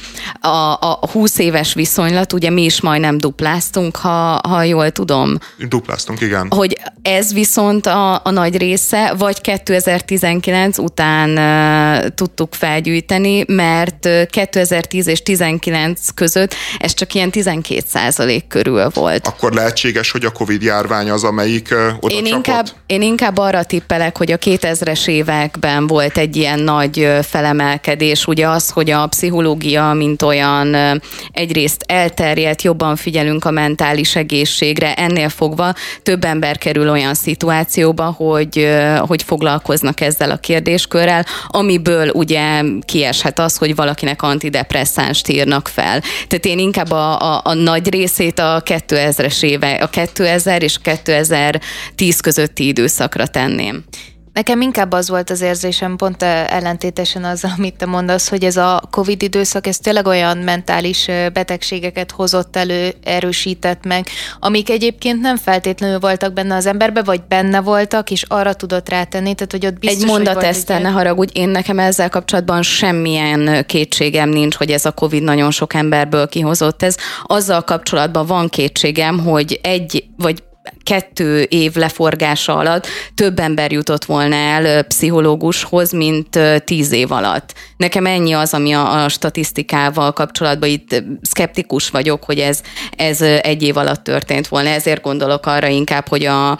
a, a húsz éves viszonylat, ugye mi is majdnem dupláztunk, ha, ha jól tudom. Dupláztunk, igen. Hogy ez viszont a, a nagy része, vagy kétezer-tizenkilenc után uh, tudtuk felgyűjteni, mert kétezer-tíz és tizenkilenc között ez csak ilyen tizenkét százalék körül volt. Akkor lehetséges, hogy a Covid járvány az, amelyik uh, oda én csapott? inkább, én inkább arra tippelek, hogy a kétezres években volt egy ilyen nagy felemelkedés, ugye az, hogy a pszichológia, mint olyan egyrészt elterjedt, jobban figyelünk a mentális egészségre, ennél fogva több ember kerül olyan szituációba, hogy, hogy foglalkoznak ezzel a kérdéskörrel, amiből ugye kieshet az, hogy valakinek antidepresszánst írnak fel. Tehát én inkább a, a, a nagy részét a kétezres éve, a kétezer és kétezer-tíz közötti időszakra tenném. Nekem inkább az volt az érzésem, pont ellentétesen azzal, amit te mondasz, hogy ez a Covid időszak, ez tényleg olyan mentális betegségeket hozott elő, erősített meg, amik egyébként nem feltétlenül voltak benne az emberbe, vagy benne voltak, és arra tudott rátenni, tehát hogy ott biztos, egy mondat hogy ezt, ne haragudj, én nekem ezzel kapcsolatban semmilyen kétségem nincs, hogy ez a Covid nagyon sok emberből kihozott ez. Azzal kapcsolatban van kétségem, hogy egy, vagy kettő év leforgása alatt több ember jutott volna el pszichológushoz, mint tíz év alatt. Nekem ennyi az, ami a, a statisztikával kapcsolatban itt szkeptikus vagyok, hogy ez, ez egy év alatt történt volna. Ezért gondolok arra inkább, hogy a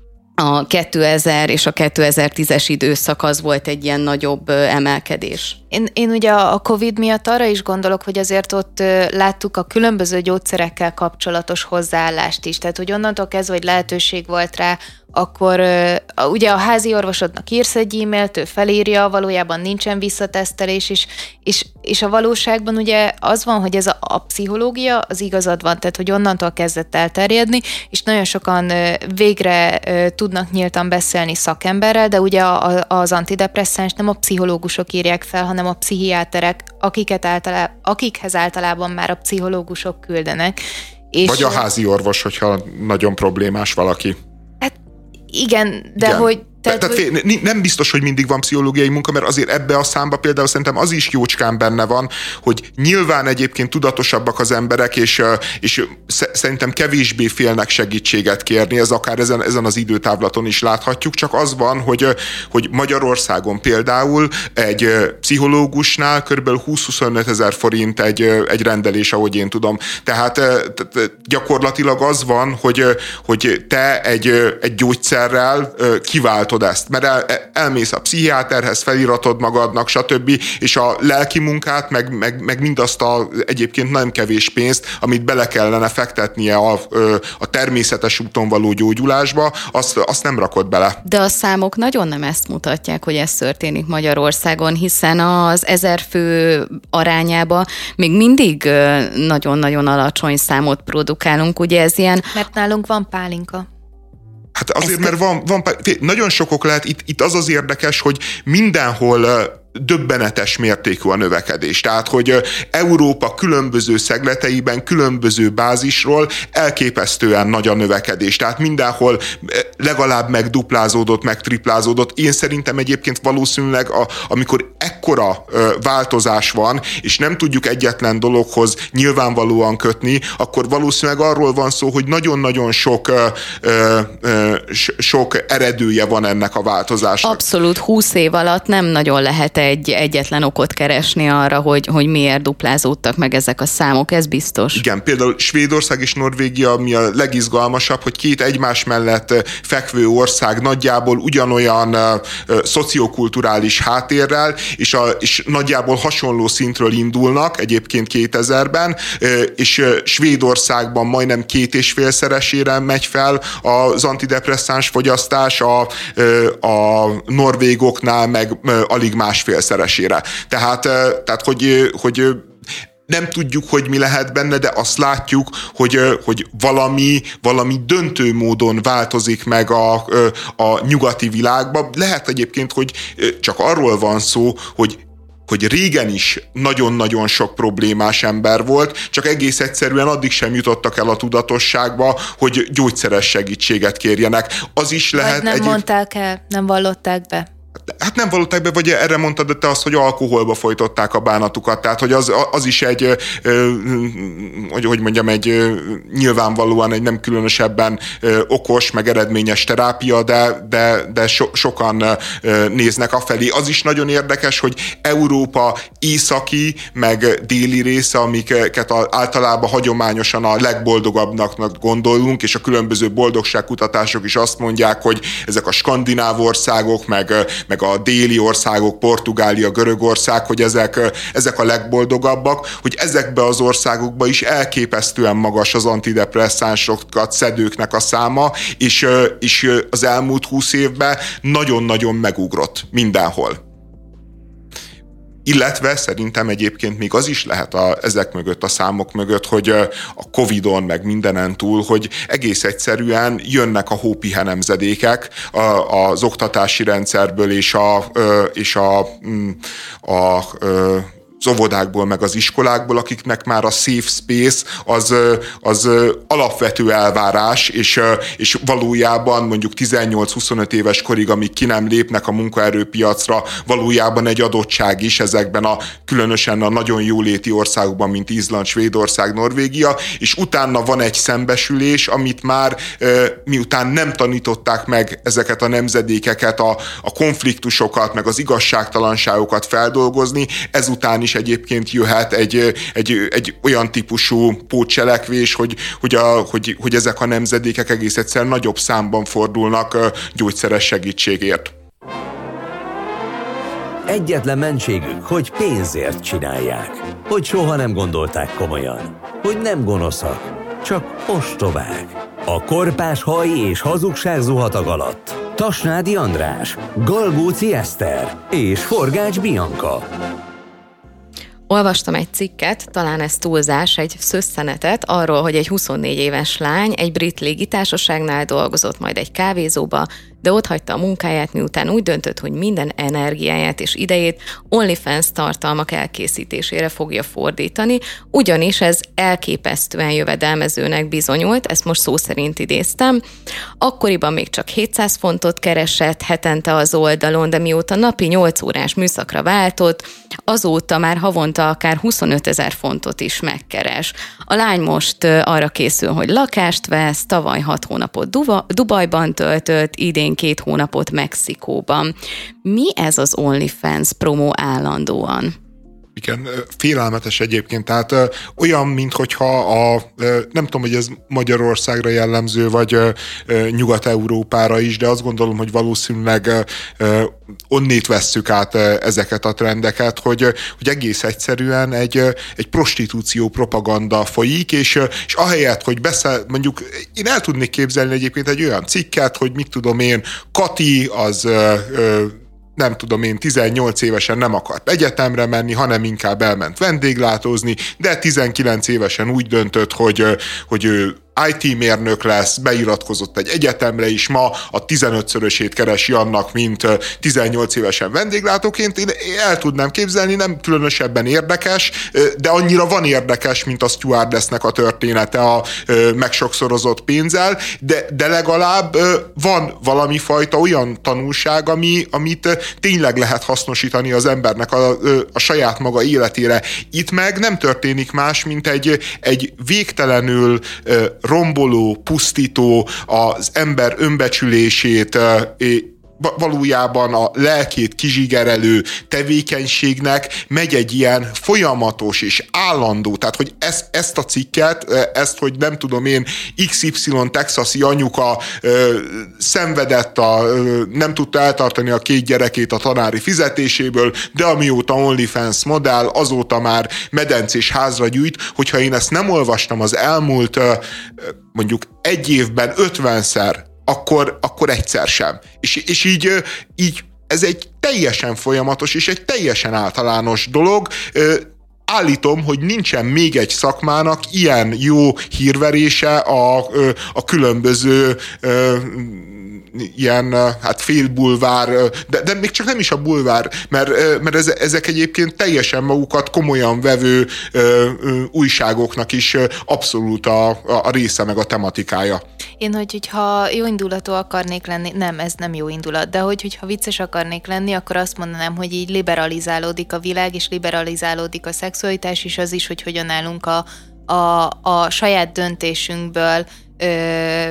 A kétezer és a kétezer-tízes időszak az volt egy ilyen nagyobb emelkedés. Én, én ugye a Covid miatt arra is gondolok, hogy azért ott láttuk a különböző gyógyszerekkel kapcsolatos hozzáállást is. Tehát, hogy onnantól kezdve, hogy lehetőség volt rá, akkor ugye a házi orvosodnak írsz egy e-mailt, ő felírja, valójában nincsen visszatesztelés, és, és, és a valóságban ugye az van, hogy ez a, a pszichológia, az igazad van, tehát hogy onnantól kezdett elterjedni, és nagyon sokan végre tudnak nyíltan beszélni szakemberrel, de ugye az antidepresszáns nem a pszichológusok írják fel, hanem a pszichiáterek, akiket általá, akikhez általában már a pszichológusok küldenek. És vagy a házi orvos, hogyha nagyon problémás valaki. Hát igen, de igen. hogy Tehát, tehát hogy... nem biztos, hogy mindig van pszichológiai munka, mert azért ebbe a számba például szerintem az is jócskán benne van, hogy nyilván egyébként tudatosabbak az emberek, és, és szerintem kevésbé félnek segítséget kérni, ez akár ezen, ezen az időtávlaton is láthatjuk, csak az van, hogy, hogy Magyarországon például egy pszichológusnál kb. húsz-huszonöt ezer forint egy, egy rendelés, ahogy én tudom. Tehát gyakorlatilag az van, hogy, hogy te egy, egy gyógyszerrel kiváltod ezt, mert el, elmész a pszichiáterhez, feliratod magadnak, stb. És a lelki munkát, meg, meg, meg mindazt a egyébként nem kevés pénzt, amit bele kellene fektetnie a, a természetes úton való gyógyulásba, azt, azt nem rakod bele. De a számok nagyon nem ezt mutatják, hogy ez történik Magyarországon, hiszen az ezer fő arányába még mindig nagyon-nagyon alacsony számot produkálunk, ugye ez ilyen... Mert nálunk van pálinka. Hát azért, mert van, van nagyon sokok lehet, itt, itt az az érdekes, hogy mindenhol döbbenetes mértékű a növekedés. Tehát, hogy Európa különböző szegleteiben, különböző bázisról elképesztően nagy a növekedés. Tehát mindenhol legalább megduplázódott, megtriplázódott. Én szerintem egyébként valószínűleg, a, amikor ekkora változás van, és nem tudjuk egyetlen dologhoz nyilvánvalóan kötni, akkor valószínűleg arról van szó, hogy nagyon-nagyon sok, sok eredője van ennek a változásnak. Abszolút, húsz év alatt nem nagyon lehet egy egyetlen okot keresni arra, hogy, hogy miért duplázódtak meg ezek a számok, ez biztos. Igen, például Svédország és Norvégia, mi a legizgalmasabb, hogy két egymás mellett fekvő ország nagyjából ugyanolyan uh, szociokulturális háttérrel, és, a, és nagyjából hasonló szintről indulnak, egyébként kétezerben, uh, és uh, Svédországban majdnem két és félszeresére megy fel az antidepresszáns fogyasztás, a, uh, a norvégoknál meg uh, alig másfélszeresére. Tehát, tehát hogy, hogy nem tudjuk, hogy mi lehet benne, de azt látjuk, hogy, hogy valami, valami döntő módon változik meg a, a nyugati világban. Lehet egyébként, hogy csak arról van szó, hogy hogy régen is nagyon-nagyon sok problémás ember volt, csak egész egyszerűen addig sem jutottak el a tudatosságba, hogy gyógyszeres segítséget kérjenek. Az is lehet... Vagy nem egyéb... mondták el, nem vallották be. Hát nem vallották be, vagy erre mondtad te azt, hogy alkoholba folytották a bánatukat, tehát hogy az, az is egy, hogy, hogy mondjam, egy nyilvánvalóan egy nem különösebben okos, meg eredményes terápia, de, de, de so, sokan néznek afelé. Az is nagyon érdekes, hogy Európa északi, meg déli része, amiket általában hagyományosan a legboldogabbnak gondolunk, és a különböző boldogságkutatások is azt mondják, hogy ezek a skandináv országok, meg meg a déli országok, Portugália, Görögország, hogy ezek, ezek a legboldogabbak, hogy ezekbe az országokba is elképesztően magas az antidepresszánsokat szedőknek a száma, és, és az elmúlt húsz évben nagyon-nagyon megugrott mindenhol. Illetve szerintem egyébként még az is lehet a, ezek mögött, a számok mögött, hogy a Covidon, meg mindenen túl, hogy egész egyszerűen jönnek a hópihe nemzedékek az oktatási rendszerből és a, és a, a, a az óvodákból, meg az iskolákból, akiknek már a safe space az, az alapvető elvárás, és, és valójában mondjuk tizennyolc-huszonöt éves korig, amíg ki nem lépnek a munkaerőpiacra, valójában egy adottság is ezekben a különösen a nagyon jóléti országokban, mint Izland, Svédország, Norvégia, és utána van egy szembesülés, amit már miután nem tanították meg ezeket a nemzedékeket, a, a konfliktusokat, meg az igazságtalanságokat feldolgozni, ezután is egyébként jöhet egy, egy, egy olyan típusú pótcselekvés, hogy, hogy, a, hogy, hogy ezek a nemzedékek egész egyszer nagyobb számban fordulnak gyógyszeres segítségért. Egyetlen mentségük, hogy pénzért csinálják. Hogy soha nem gondolták komolyan. Hogy nem gonoszak, csak ostobák. A korpás haj és hazugság zuhatag alatt Tasnádi András, Galgóci Eszter és Forgács Bianca. Olvastam egy cikket, talán ez túlzás, egy szösszenetet arról, hogy egy huszonnégy éves lány egy brit légitársaságnál dolgozott, majd egy kávézóba, de ott hagyta a munkáját, miután úgy döntött, hogy minden energiáját és idejét OnlyFans tartalmak elkészítésére fogja fordítani, ugyanis ez elképesztően jövedelmezőnek bizonyult, ezt most szó szerint idéztem. Akkoriban még csak hétszáz fontot keresett hetente az oldalon, de mióta napi nyolc órás műszakra váltott, azóta már havonta akár huszonötezer fontot is megkeres. A lány most arra készül, hogy lakást vesz, tavaly hat hónapot Duva, Dubajban töltött, idén két hónapot Mexikóban. Mi ez az OnlyFans promó állandóan? Igen, félelmetes egyébként, tehát ö, olyan, minthogyha a, ö, nem tudom, hogy ez Magyarországra jellemző, vagy ö, ö, Nyugat-Európára is, de azt gondolom, hogy valószínűleg ö, onnét vesszük át ö, ezeket a trendeket, hogy, ö, hogy egész egyszerűen egy, ö, egy prostitúció propaganda folyik, és, ö, és ahelyett, hogy beszél, mondjuk én el tudnék képzelni egyébként egy olyan cikket, hogy mit tudom én, Kati az ö, ö, nem tudom én, tizennyolc évesen nem akart egyetemre menni, hanem inkább elment vendéglátózni, de tizenkilenc évesen úgy döntött, hogy, hogy ő i té mérnök lesz, beiratkozott egy egyetemre is, ma a tizenötszörösét keresi annak, mint tizennyolc évesen vendéglátóként. Én el tudnám képzelni, nem különösebben érdekes, de annyira van érdekes, mint a stewardessnek a története a megsokszorozott pénzzel, de, de legalább van valami fajta olyan tanulság, ami, amit tényleg lehet hasznosítani az embernek a, a saját maga életére. Itt meg nem történik más, mint egy, egy végtelenül romboló, pusztító, az ember önbecsülését, valójában a lelkét kizsigerelő tevékenységnek megy egy ilyen folyamatos és állandó, tehát hogy ezt, ezt a cikket, ezt, hogy nem tudom én, iksz ipszilon texasi anyuka ö, szenvedett, a, ö, nem tudta eltartani a két gyerekét a tanári fizetéséből, de amióta OnlyFans modell, azóta már medencés házra gyűjt, hogyha én ezt nem olvastam az elmúlt ö, mondjuk egy évben ötvenszer, Akkor, akkor egyszer sem. És, és így, így ez egy teljesen folyamatos és egy teljesen általános dolog. Állítom, hogy nincsen még egy szakmának ilyen jó hírverése a, a különböző ilyen hát félbulvár, de, de még csak nem is a bulvár, mert, mert ez, ezek egyébként teljesen magukat komolyan vevő ö, ö, újságoknak is abszolút a, a része meg a tematikája. Én, hogy, hogyha jó indulatú akarnék lenni, nem, ez nem jó indulat, de hogy, hogyha vicces akarnék lenni, akkor azt mondanám, hogy így liberalizálódik a világ, és liberalizálódik a szexualitás, és az is, hogy hogyan állunk a, a, a saját döntésünkből ö,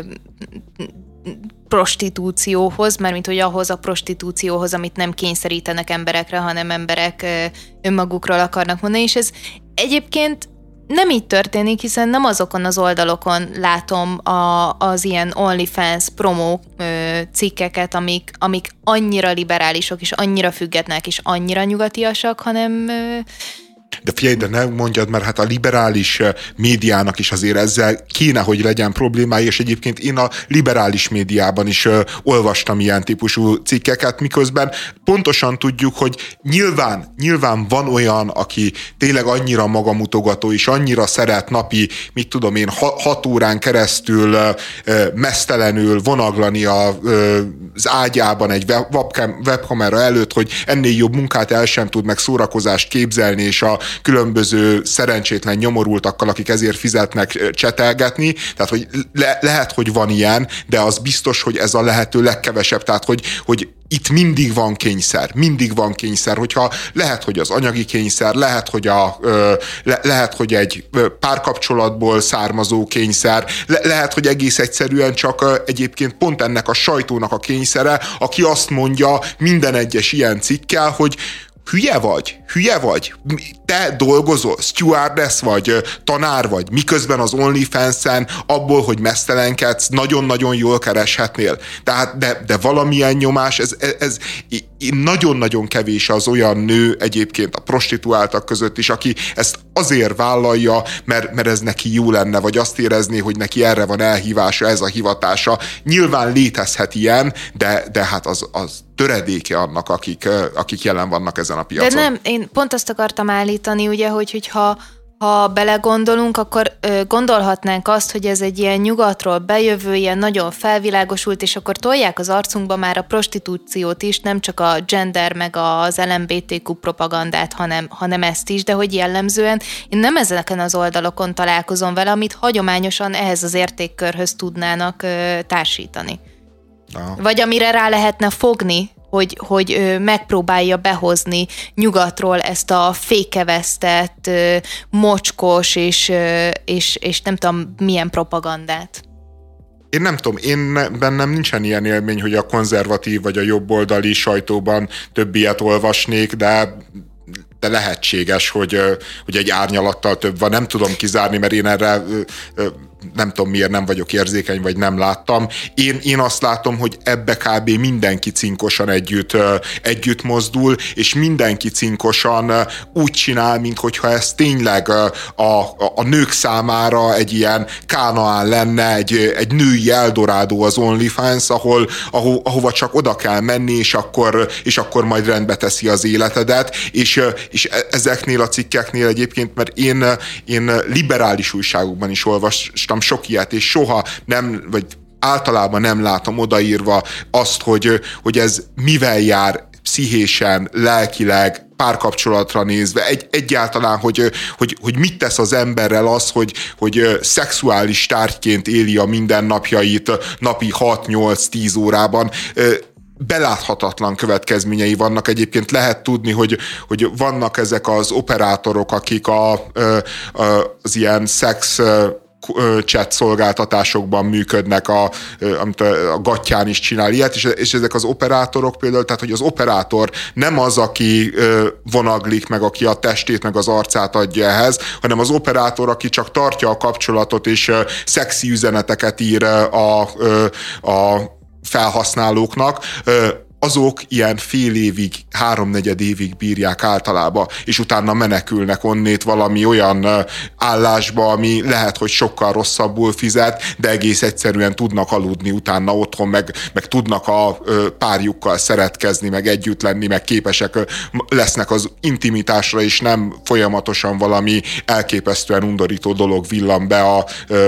prostitúcióhoz, mármint hogy ahhoz a prostitúcióhoz, amit nem kényszerítenek emberekre, hanem emberek önmagukról akarnak mondani, és ez egyébként nem így történik, hiszen nem azokon az oldalokon látom a, az ilyen OnlyFans promó ö, cikkeket, amik, amik annyira liberálisok, és annyira függetlenek, és annyira nyugatiasak, hanem... Ö, De figyelj, de ne mondjad, mert hát a liberális médiának is azért ezzel kéne, hogy legyen problémája, és egyébként én a liberális médiában is ö, olvastam ilyen típusú cikkeket, miközben pontosan tudjuk, hogy nyilván, nyilván van olyan, aki tényleg annyira magamutogató, és annyira szeret napi, mit tudom én, hat órán keresztül ö, mesztelenül vonaglani a, ö, az ágyában egy webcam, webkamera előtt, hogy ennél jobb munkát el sem tud, meg szórakozást képzelni, és a különböző szerencsétlen nyomorultakkal, akik ezért fizetnek, csetelgetni. Tehát, hogy le, lehet, hogy van ilyen, de az biztos, hogy ez a lehető legkevesebb. Tehát, hogy, hogy itt mindig van kényszer, mindig van kényszer, hogyha lehet, hogy az anyagi kényszer, lehet, hogy, a, le, lehet, hogy egy párkapcsolatból származó kényszer, le, lehet, hogy egész egyszerűen csak egyébként pont ennek a sajtónak a kényszere, aki azt mondja minden egyes ilyen cikkel, hogy hülye vagy? Hülye vagy? Te dolgozol? Stewardess vagy? Tanár vagy? Miközben az OnlyFans-en abból, hogy mesztelenkedsz, nagyon-nagyon jól kereshetnél. Tehát, de, de valamilyen nyomás, ez, ez, ez nagyon-nagyon kevés az olyan nő egyébként a prostituáltak között is, aki ezt azért vállalja, mert, mert ez neki jó lenne, vagy azt érezné, hogy neki erre van elhívása, ez a hivatása. Nyilván létezhet ilyen, de, de hát az, az töredéke annak, akik, akik jelen vannak ezen a piacon. De nem, én pont azt akartam állítani, ugye, hogy hogyha ha belegondolunk, akkor ö, gondolhatnánk azt, hogy ez egy ilyen nyugatról bejövő, ilyen nagyon felvilágosult, és akkor tolják az arcunkba már a prostitúciót is, nem csak a gender meg az el em bé té kú propagandát, hanem, hanem ezt is, de hogy jellemzően én nem ezeken az oldalokon találkozom vele, amit hagyományosan ehhez az értékkörhöz tudnának ö, társítani. Aha. Vagy amire rá lehetne fogni, hogy, hogy ö, megpróbálja behozni nyugatról ezt a fékevesztett, ö, mocskos és, ö, és, és nem tudom milyen propagandát. Én nem tudom, én bennem nincsen ilyen élmény, hogy a konzervatív vagy a jobboldali sajtóban több ilyet olvasnék, de de lehetséges, hogy, hogy egy árnyalattal több van. Nem tudom kizárni, mert én erre nem tudom miért nem vagyok érzékeny, vagy nem láttam. Én, én azt látom, hogy ebbe kb. Mindenki cinkosan együtt, együtt mozdul, és mindenki cinkosan úgy csinál, minthogyha ez tényleg a, a, a nők számára egy ilyen Kánaán lenne, egy, egy női Eldorádó az OnlyFans, ahol, aho, ahova csak oda kell menni, és akkor, és akkor majd rendbe teszi az életedet, és, és ezeknél a cikkeknél egyébként, mert én, én liberális újságokban is olvastam sok ilyet, és soha nem, vagy általában nem látom odaírva azt, hogy, hogy ez mivel jár pszichésen, lelkileg, párkapcsolatra nézve, egy, egyáltalán, hogy, hogy, hogy mit tesz az emberrel az, hogy, hogy szexuális tárgyként éli a mindennapjait napi hat-nyolc-tíz órában. Beláthatatlan következményei vannak. Egyébként lehet tudni, hogy, hogy vannak ezek az operátorok, akik a, a, az ilyen szex chat szolgáltatásokban működnek, a, amit a Gattyán is csinál ilyet, és, és ezek az operátorok például, tehát hogy az operátor nem az, aki vonaglik meg, aki a testét meg az arcát adja ehhez, hanem az operátor, aki csak tartja a kapcsolatot, és szexi üzeneteket ír a, a felhasználóknak, azok ilyen fél évig, háromnegyed évig bírják általában, és utána menekülnek onnét valami olyan állásba, ami lehet, hogy sokkal rosszabbul fizet, de egész egyszerűen tudnak aludni utána otthon, meg, meg tudnak a párjukkal szeretkezni, meg együtt lenni, meg képesek lesznek az intimitásra, és nem folyamatosan valami elképesztően undorító dolog villan be a,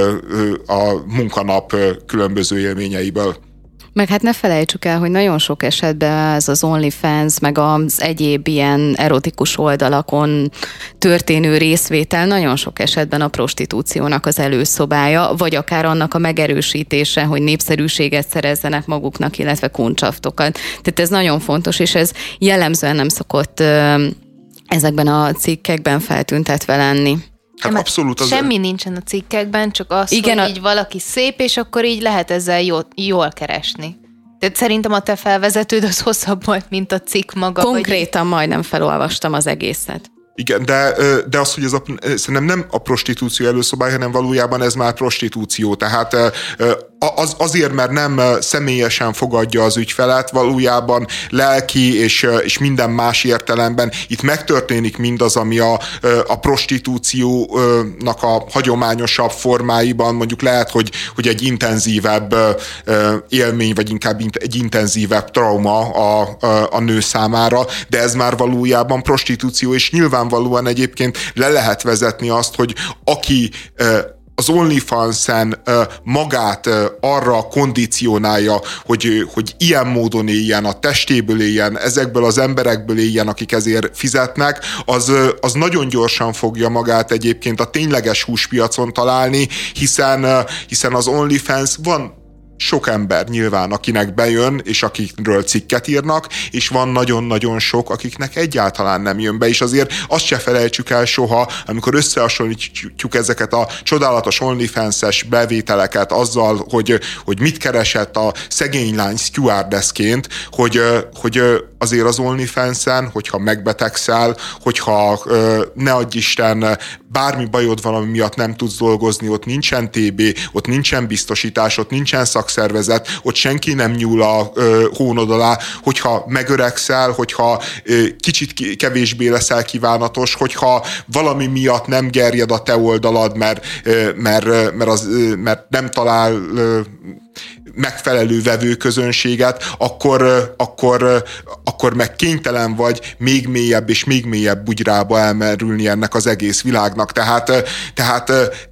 a munkanap különböző élményeiből. Meg hát ne felejtsük el, hogy nagyon sok esetben ez az OnlyFans, meg az egyéb ilyen erotikus oldalakon történő részvétel nagyon sok esetben a prostitúciónak az előszobája, vagy akár annak a megerősítése, hogy népszerűséget szerezzenek maguknak, illetve kuncsaftokat. Tehát ez nagyon fontos, és ez jellemzően nem szokott ezekben a cikkekben feltüntetve lenni. Hát nem, abszolút az semmi nincsen a cikkekben, csak az, igen, hogy a... így valaki szép, és akkor így lehet ezzel jól, jól keresni. Tehát szerintem a te felvezetőd az hosszabb volt, mint a cikk maga. Konkrétan vagy... majdnem felolvastam az egészet. Igen, de, de az, hogy ez a, szerintem nem a prostitúció előszobája, hanem valójában ez már prostitúció. Tehát az, azért, mert nem személyesen fogadja az ügyfelet, valójában lelki és, és minden más értelemben itt megtörténik mindaz, ami a, a prostitúciónak a hagyományosabb formáiban, mondjuk lehet, hogy, hogy egy intenzívebb élmény, vagy inkább egy intenzívebb trauma a, a, a nő számára, de ez már valójában prostitúció, és nyilvánvalóan egyébként le lehet vezetni azt, hogy aki az OnlyFans-en magát arra kondicionálja, hogy, hogy ilyen módon éljen, a testéből éljen, ezekből az emberekből éljen, akik ezért fizetnek, az, az nagyon gyorsan fogja magát egyébként a tényleges húspiacon találni, hiszen, hiszen az OnlyFans van sok ember nyilván, akinek bejön, és akikről cikket írnak, és van nagyon-nagyon sok, akiknek egyáltalán nem jön be, és azért azt se felejtsük el soha, amikor összehasonlítjuk ezeket a csodálatos OnlyFans-es bevételeket azzal, hogy, hogy mit keresett a szegény lány stewardessként, hogy, hogy azért az OnlyFans-en, hogyha megbetegszel, hogyha ne adj Isten, bármi bajod valami miatt nem tudsz dolgozni, ott nincsen té bé, ott nincsen biztosítás, ott nincsen szakszervezet, ott senki nem nyúl a ö, hónod alá, hogyha megöregszel, hogyha ö, kicsit kevésbé leszel kívánatos, hogyha valami miatt nem gerjed a te oldalad, mert, ö, mert, mert, az, ö, mert nem talál ö, megfelelő vevőközönséget, akkor, akkor, akkor meg kénytelen vagy még mélyebb és még mélyebb bugyrába elmerülni ennek az egész világnak. Tehát, tehát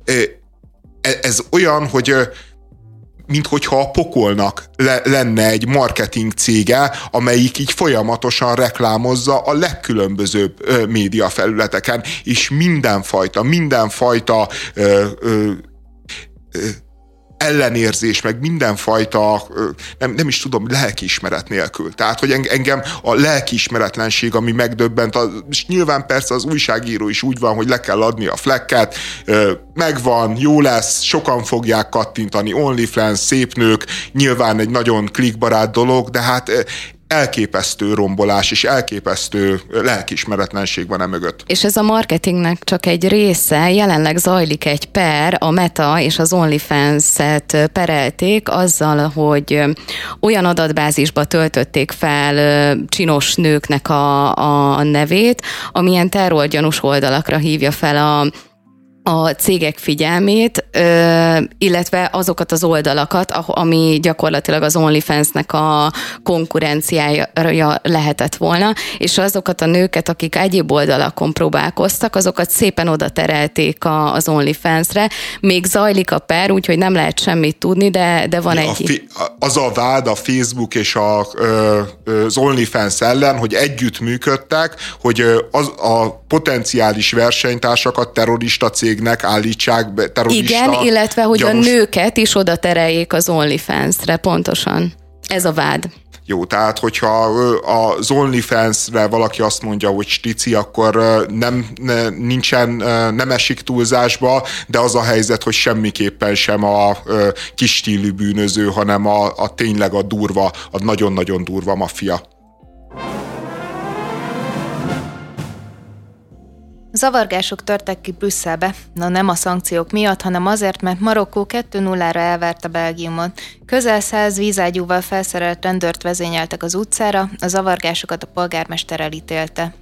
ez olyan, hogy minthogyha a pokolnak le, lenne egy marketing cége, amelyik így folyamatosan reklámozza a legkülönbözőbb ö, médiafelületeken, és mindenfajta, mindenfajta ö, ö, ö, ellenérzés, meg mindenfajta, nem, nem is tudom, lelkiismeret nélkül. Tehát, hogy engem a lelkiismeretlenség, ami megdöbbent, és nyilván persze az újságíró is úgy van, hogy le kell adni a flekket, megvan, jó lesz, sokan fogják kattintani, OnlyFans, szép nők, nyilván egy nagyon klikbarát dolog, de hát elképesztő rombolás és elképesztő lelkiismeretlenség van emögött. És ez a marketingnek csak egy része, jelenleg zajlik egy per, a Meta és az OnlyFans-et perelték azzal, hogy olyan adatbázisba töltötték fel csinos nőknek a, a nevét, amilyen terrorgyanús oldalakra hívja fel a a cégek figyelmét, illetve azokat az oldalakat, ami gyakorlatilag az OnlyFans-nek a konkurenciája lehetett volna, és azokat a nőket, akik egyéb oldalakon próbálkoztak, azokat szépen oda terelték az OnlyFans-re. Még zajlik a per, úgyhogy nem lehet semmit tudni, de, de van a egy... Fi- az a vád a Facebook és a, az OnlyFans ellen, hogy együtt működtek, hogy az, a potenciális versenytársakat terrorista cégnek állítsák be, terrorista... Igen, illetve hogy gyanús... a nőket is oda tereljék az OnlyFans-re, pontosan. Ez a vád. Jó, tehát hogyha az OnlyFans-re valaki azt mondja, hogy stici, akkor nem, nincsen, nem esik túlzásba, de az a helyzet, hogy semmiképpen sem a kis stílű bűnöző, hanem a, a tényleg a durva, a nagyon-nagyon durva maffia. Zavargások törtek ki Brüsszelbe, na nem a szankciók miatt, hanem azért, mert Marokkó kettő nullára elverte Belgiumot. Közel száz vízágyúval felszerelt rendőrt vezényeltek az utcára, a zavargásokat a polgármester elítélte.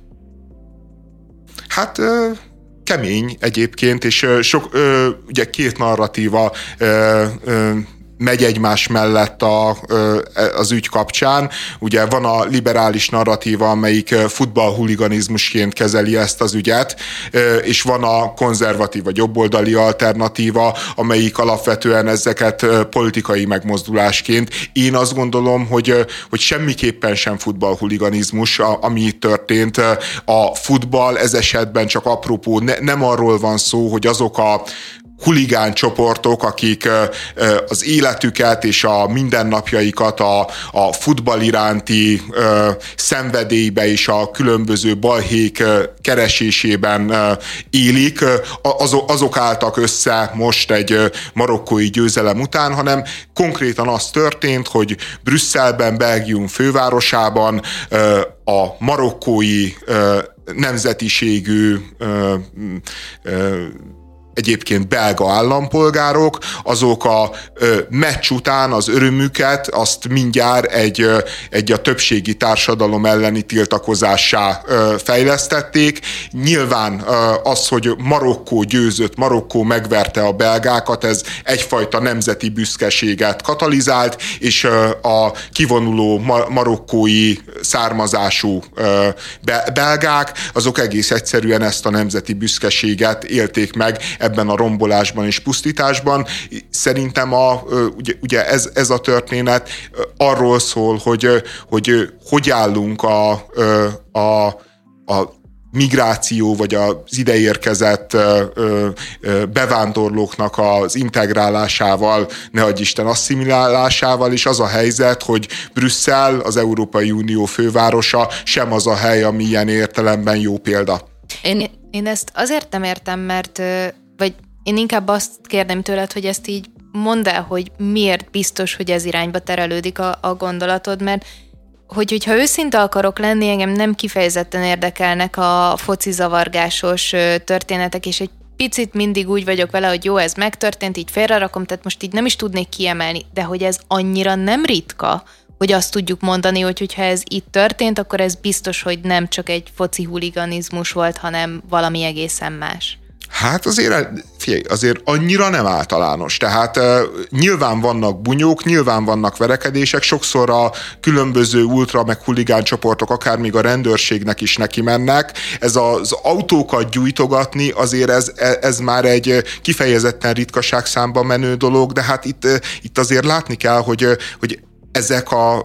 Hát kemény egyébként, és sok, ugye két narratíva megy egymás mellett a, az ügy kapcsán. Ugye van a liberális narratíva, amelyik futballhuliganizmusként kezeli ezt az ügyet, és van a konzervatív vagy jobboldali alternatíva, amelyik alapvetően ezeket politikai megmozdulásként. Én azt gondolom, hogy, hogy semmiképpen sem futballhuliganizmus, ami itt történt. A futball ez esetben csak apropó, ne, nem arról van szó, hogy azok a huligán csoportok, akik az életüket és a mindennapjaikat a, a futball iránti ö, szenvedélybe és a különböző balhék keresésében ö, élik, azok, azok álltak össze most egy marokkói győzelem után, hanem konkrétan az történt, hogy Brüsszelben, Belgium fővárosában ö, a marokkói ö, nemzetiségű ö, ö, egyébként belga állampolgárok, azok a ö, meccs után az örömüket azt mindjárt egy, ö, egy a többségi társadalom elleni tiltakozássá ö, fejlesztették. Nyilván ö, az, hogy Marokkó győzött, Marokkó megverte a belgákat, ez egyfajta nemzeti büszkeséget katalizált, és ö, a kivonuló ma- marokkói származású ö, be- belgák, azok egész egyszerűen ezt a nemzeti büszkeséget élték meg ebben a rombolásban és pusztításban. Szerintem a, ugye, ugye ez, ez a történet arról szól, hogy hogy, hogy állunk a, a, a migráció, vagy az ideérkezett bevándorlóknak az integrálásával, ne adj Isten, asszimilálásával, és az a helyzet, hogy Brüsszel, az Európai Unió fővárosa sem az a hely, ami ilyen értelemben jó példa. Én, én ezt azért nem értem, mert vagy én inkább azt kérdem tőled, hogy ezt így mondd el, hogy miért biztos, hogy ez irányba terelődik a, a gondolatod, mert hogy, hogyha őszinte akarok lenni, engem nem kifejezetten érdekelnek a foci zavargásos történetek, és egy picit mindig úgy vagyok vele, hogy jó, ez megtörtént, így félrerakom, tehát most így nem is tudnék kiemelni, de hogy ez annyira nem ritka, hogy azt tudjuk mondani, hogy hogyha ez itt történt, akkor ez biztos, hogy nem csak egy foci huliganizmus volt, hanem valami egészen más. Hát azért, figyelj, azért annyira nem általános. Tehát uh, nyilván vannak bunyók, nyilván vannak verekedések, sokszor a különböző ultra meg huligán csoportok, akár még a rendőrségnek is neki mennek. Ez az autókat gyújtogatni, azért ez, ez már egy kifejezetten ritkaságszámba menő dolog, de hát itt, itt azért látni kell, hogy, hogy ezek a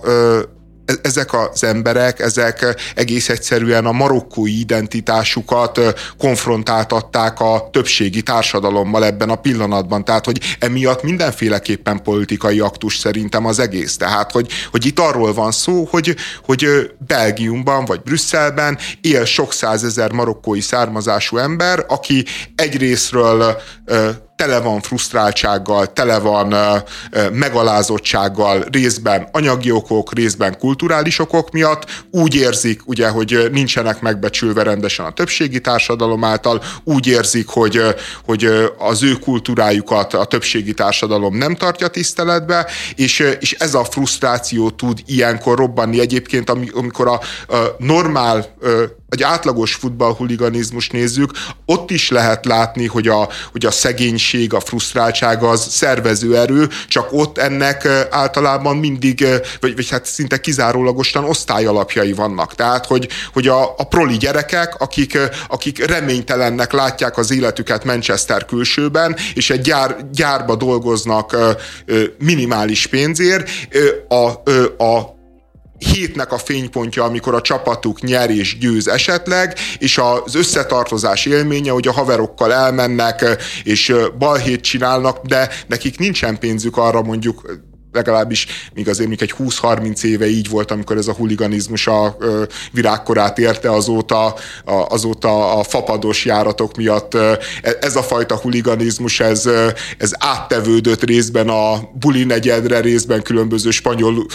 ezek az emberek, ezek egész egyszerűen a marokkói identitásukat konfrontáltatták a többségi társadalommal ebben a pillanatban. Tehát, hogy emiatt mindenféleképpen politikai aktus szerintem az egész. Tehát, hogy, hogy itt arról van szó, hogy, hogy Belgiumban vagy Brüsszelben él sok százezer marokkói származású ember, aki egyrészről tele van frusztráltsággal, tele van uh, megalázottsággal, részben anyagi okok, részben kulturális okok miatt, úgy érzik, ugye, hogy nincsenek megbecsülve rendesen a többségi társadalom által, úgy érzik, hogy, hogy az ő kultúrájukat a többségi társadalom nem tartja tiszteletbe, és, és ez a frusztráció tud ilyenkor robbanni egyébként, amikor a, a normál egy átlagos futballhuliganizmus nézzük, ott is lehet látni, hogy a, hogy a szegénység, a frusztráltság az szervező erő, csak ott ennek általában mindig, vagy, vagy hát szinte kizárólagosan osztályalapjai vannak. Tehát, hogy, hogy a, a proli gyerekek, akik, akik reménytelennek látják az életüket Manchester külsőben, és egy gyár, gyárba dolgoznak minimális pénzért, a, a hétnek a fénypontja, amikor a csapatuk nyer és győz esetleg, és az összetartozás élménye, hogy a haverokkal elmennek, és balhét csinálnak, de nekik nincsen pénzük arra, mondjuk legalábbis még azért még egy húsz-harminc éve így volt, amikor ez a huliganizmus a virágkorát érte, azóta, azóta a fapados járatok miatt ez a fajta huliganizmus, ez, ez áttevődött részben a buli negyedre, részben különböző spanyol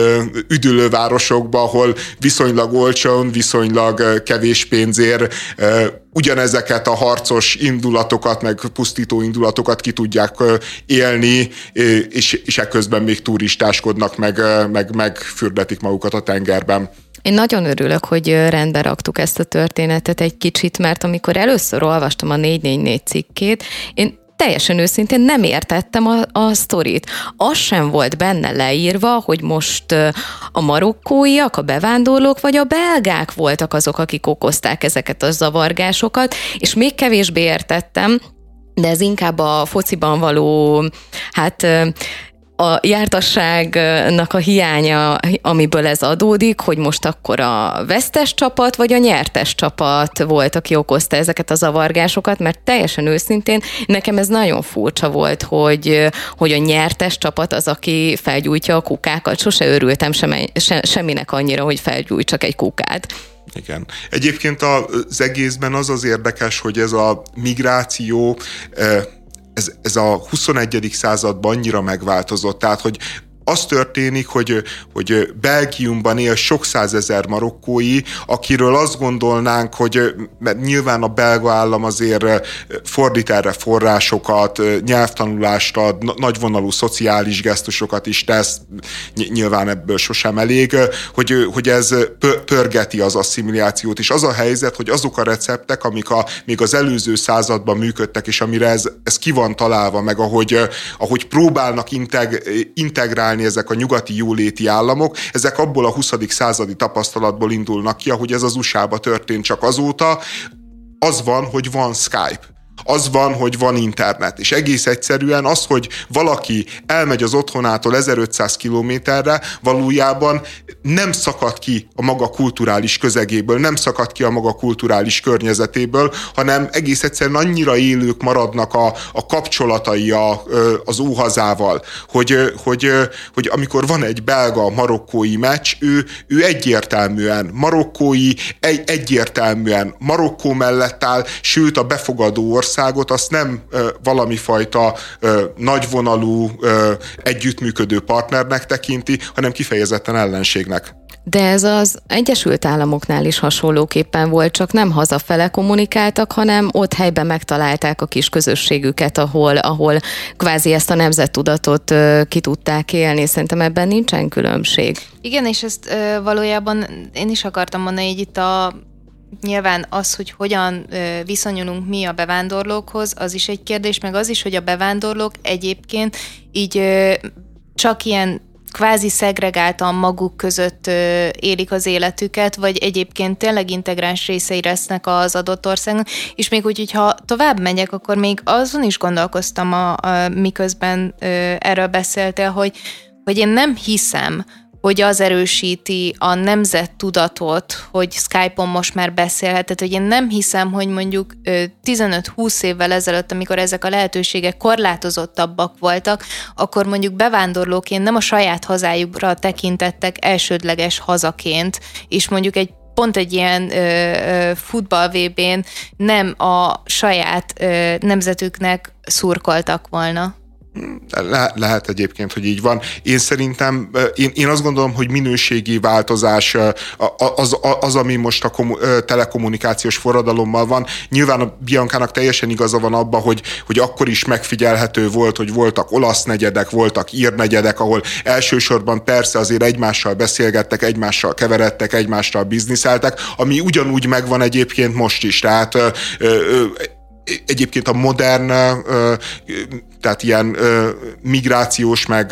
üdülővárosokba, ahol viszonylag olcsón, viszonylag kevés pénzért ugyanezeket a harcos indulatokat, meg pusztító indulatokat ki tudják élni, és, és ekközben még turistáskodnak, meg, meg, meg fürdetik magukat a tengerben. Én nagyon örülök, hogy rendbe raktuk ezt a történetet egy kicsit, mert amikor először olvastam a négy négy négy cikkét, én teljesen őszintén nem értettem a, a sztorit. Az sem volt benne leírva, hogy most a marokkóiak, a bevándorlók vagy a belgák voltak azok, akik okozták ezeket a zavargásokat, és még kevésbé értettem, de ez inkább a fociban való, hát a jártasságnak a hiánya, amiből ez adódik, hogy most akkor a vesztes csapat, vagy a nyertes csapat volt, aki okozta ezeket a zavargásokat, mert teljesen őszintén nekem ez nagyon furcsa volt, hogy, hogy a nyertes csapat az, aki felgyújtja a kukákat. Sose örültem sem, se, semminek annyira, hogy felgyújtsak egy kukát. Igen. Egyébként az egészben az az érdekes, hogy ez a migráció Ez, ez a huszonegyedik században annyira megváltozott, tehát, hogy az történik, hogy, hogy Belgiumban él sok százezer marokkói, akiről azt gondolnánk, hogy mert nyilván a belga állam azért fordít erre forrásokat, nyelvtanulást ad, nagyvonalú szociális gesztusokat is tesz, nyilván ebből sosem elég, hogy, hogy ez pörgeti az asszimilációt, és az a helyzet, hogy azok a receptek, amik a, még az előző században működtek, és amire ez, ez ki van találva, meg ahogy, ahogy próbálnak integ, integrálni ezek a nyugati jóléti államok, ezek abból a huszadik századi tapasztalatból indulnak ki, ahogy ez az u es á-ba történt, csak azóta az van, hogy van Skype. Az van, hogy van internet, és egész egyszerűen az, hogy valaki elmegy az otthonától ezerötszáz kilométerre, valójában nem szakad ki a maga kulturális közegéből, nem szakad ki a maga kulturális környezetéből, hanem egész egyszerűen annyira élők maradnak a, a kapcsolatai a, az óhazával, hogy, hogy, hogy amikor van egy belga-marokkói meccs, ő, ő egyértelműen marokkói, egy, egyértelműen Marokkó mellett áll, sőt a befogadó ország országot azt nem ö, valami fajta ö, nagyvonalú ö, együttműködő partnernek tekinti, hanem kifejezetten ellenségnek. De ez az Egyesült Államoknál is hasonlóképpen volt, csak nem hazafele kommunikáltak, hanem ott helyben megtalálták a kis közösségüket, ahol, ahol kvázi ezt a nemzettudatot ö, ki tudták élni. Szerintem ebben nincsen különbség. Igen, és ezt ö, valójában én is akartam mondani, hogy itt a nyilván az, hogy hogyan viszonyulunk mi a bevándorlókhoz, az is egy kérdés, meg az is, hogy a bevándorlók egyébként így csak ilyen kvázi szegregáltan maguk között élik az életüket, vagy egyébként tényleg integráns részei lesznek az adott országnak, és még úgy, hogyha tovább megyek, akkor még azon is gondolkoztam, a, a, miközben ö, erről beszéltél, hogy, hogy én nem hiszem, hogy az erősíti a nemzettudatot, hogy Skype-on most már beszélhet. Tehát, hogy én nem hiszem, hogy mondjuk tizenöt-húsz évvel ezelőtt, amikor ezek a lehetőségek korlátozottabbak voltak, akkor mondjuk bevándorlóként nem a saját hazájukra tekintettek elsődleges hazaként, és mondjuk egy pont egy ilyen ö, ö, futball vé bén nem a saját ö, nemzetüknek szurkoltak volna. Le, lehet egyébként, hogy így van. Én szerintem, én, én azt gondolom, hogy minőségi változás az, az, az ami most a komu, telekommunikációs forradalommal van. Nyilván a Biankának teljesen igaza van abban, hogy, hogy akkor is megfigyelhető volt, hogy voltak olasz negyedek, voltak ír negyedek, ahol elsősorban persze azért egymással beszélgettek, egymással keveredtek, egymással bizniszeltek, ami ugyanúgy megvan egyébként most is. Tehát ö, ö, egyébként a modern, tehát ilyen migrációs, meg,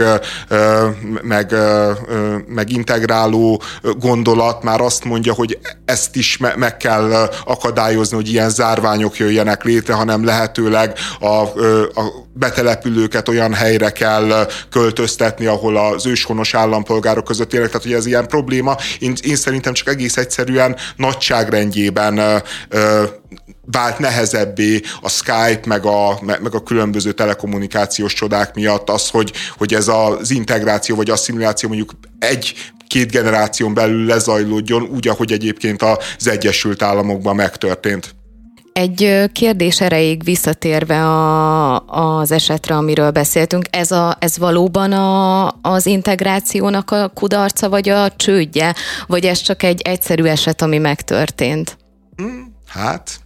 meg, meg integráló gondolat már azt mondja, hogy ezt is meg kell akadályozni, hogy ilyen zárványok jöjjenek létre, hanem lehetőleg a, a betelepülőket olyan helyre kell költöztetni, ahol az őshonos állampolgárok között élnek, tehát hogy ez ilyen probléma. Én, én szerintem csak egész egyszerűen nagyságrendjében vált nehezebbé a Skype, meg a, meg a különböző telekommunikációs csodák miatt az, hogy, hogy ez az integráció vagy asszimiláció mondjuk egy-két generáción belül lezajlódjon, úgy, ahogy egyébként az Egyesült Államokban megtörtént. Egy kérdés erejéig visszatérve a, az esetre, amiről beszéltünk, ez, a, ez valóban a, az integrációnak a kudarca, vagy a csődje, vagy ez csak egy egyszerű eset, ami megtörtént? Hmm, hát...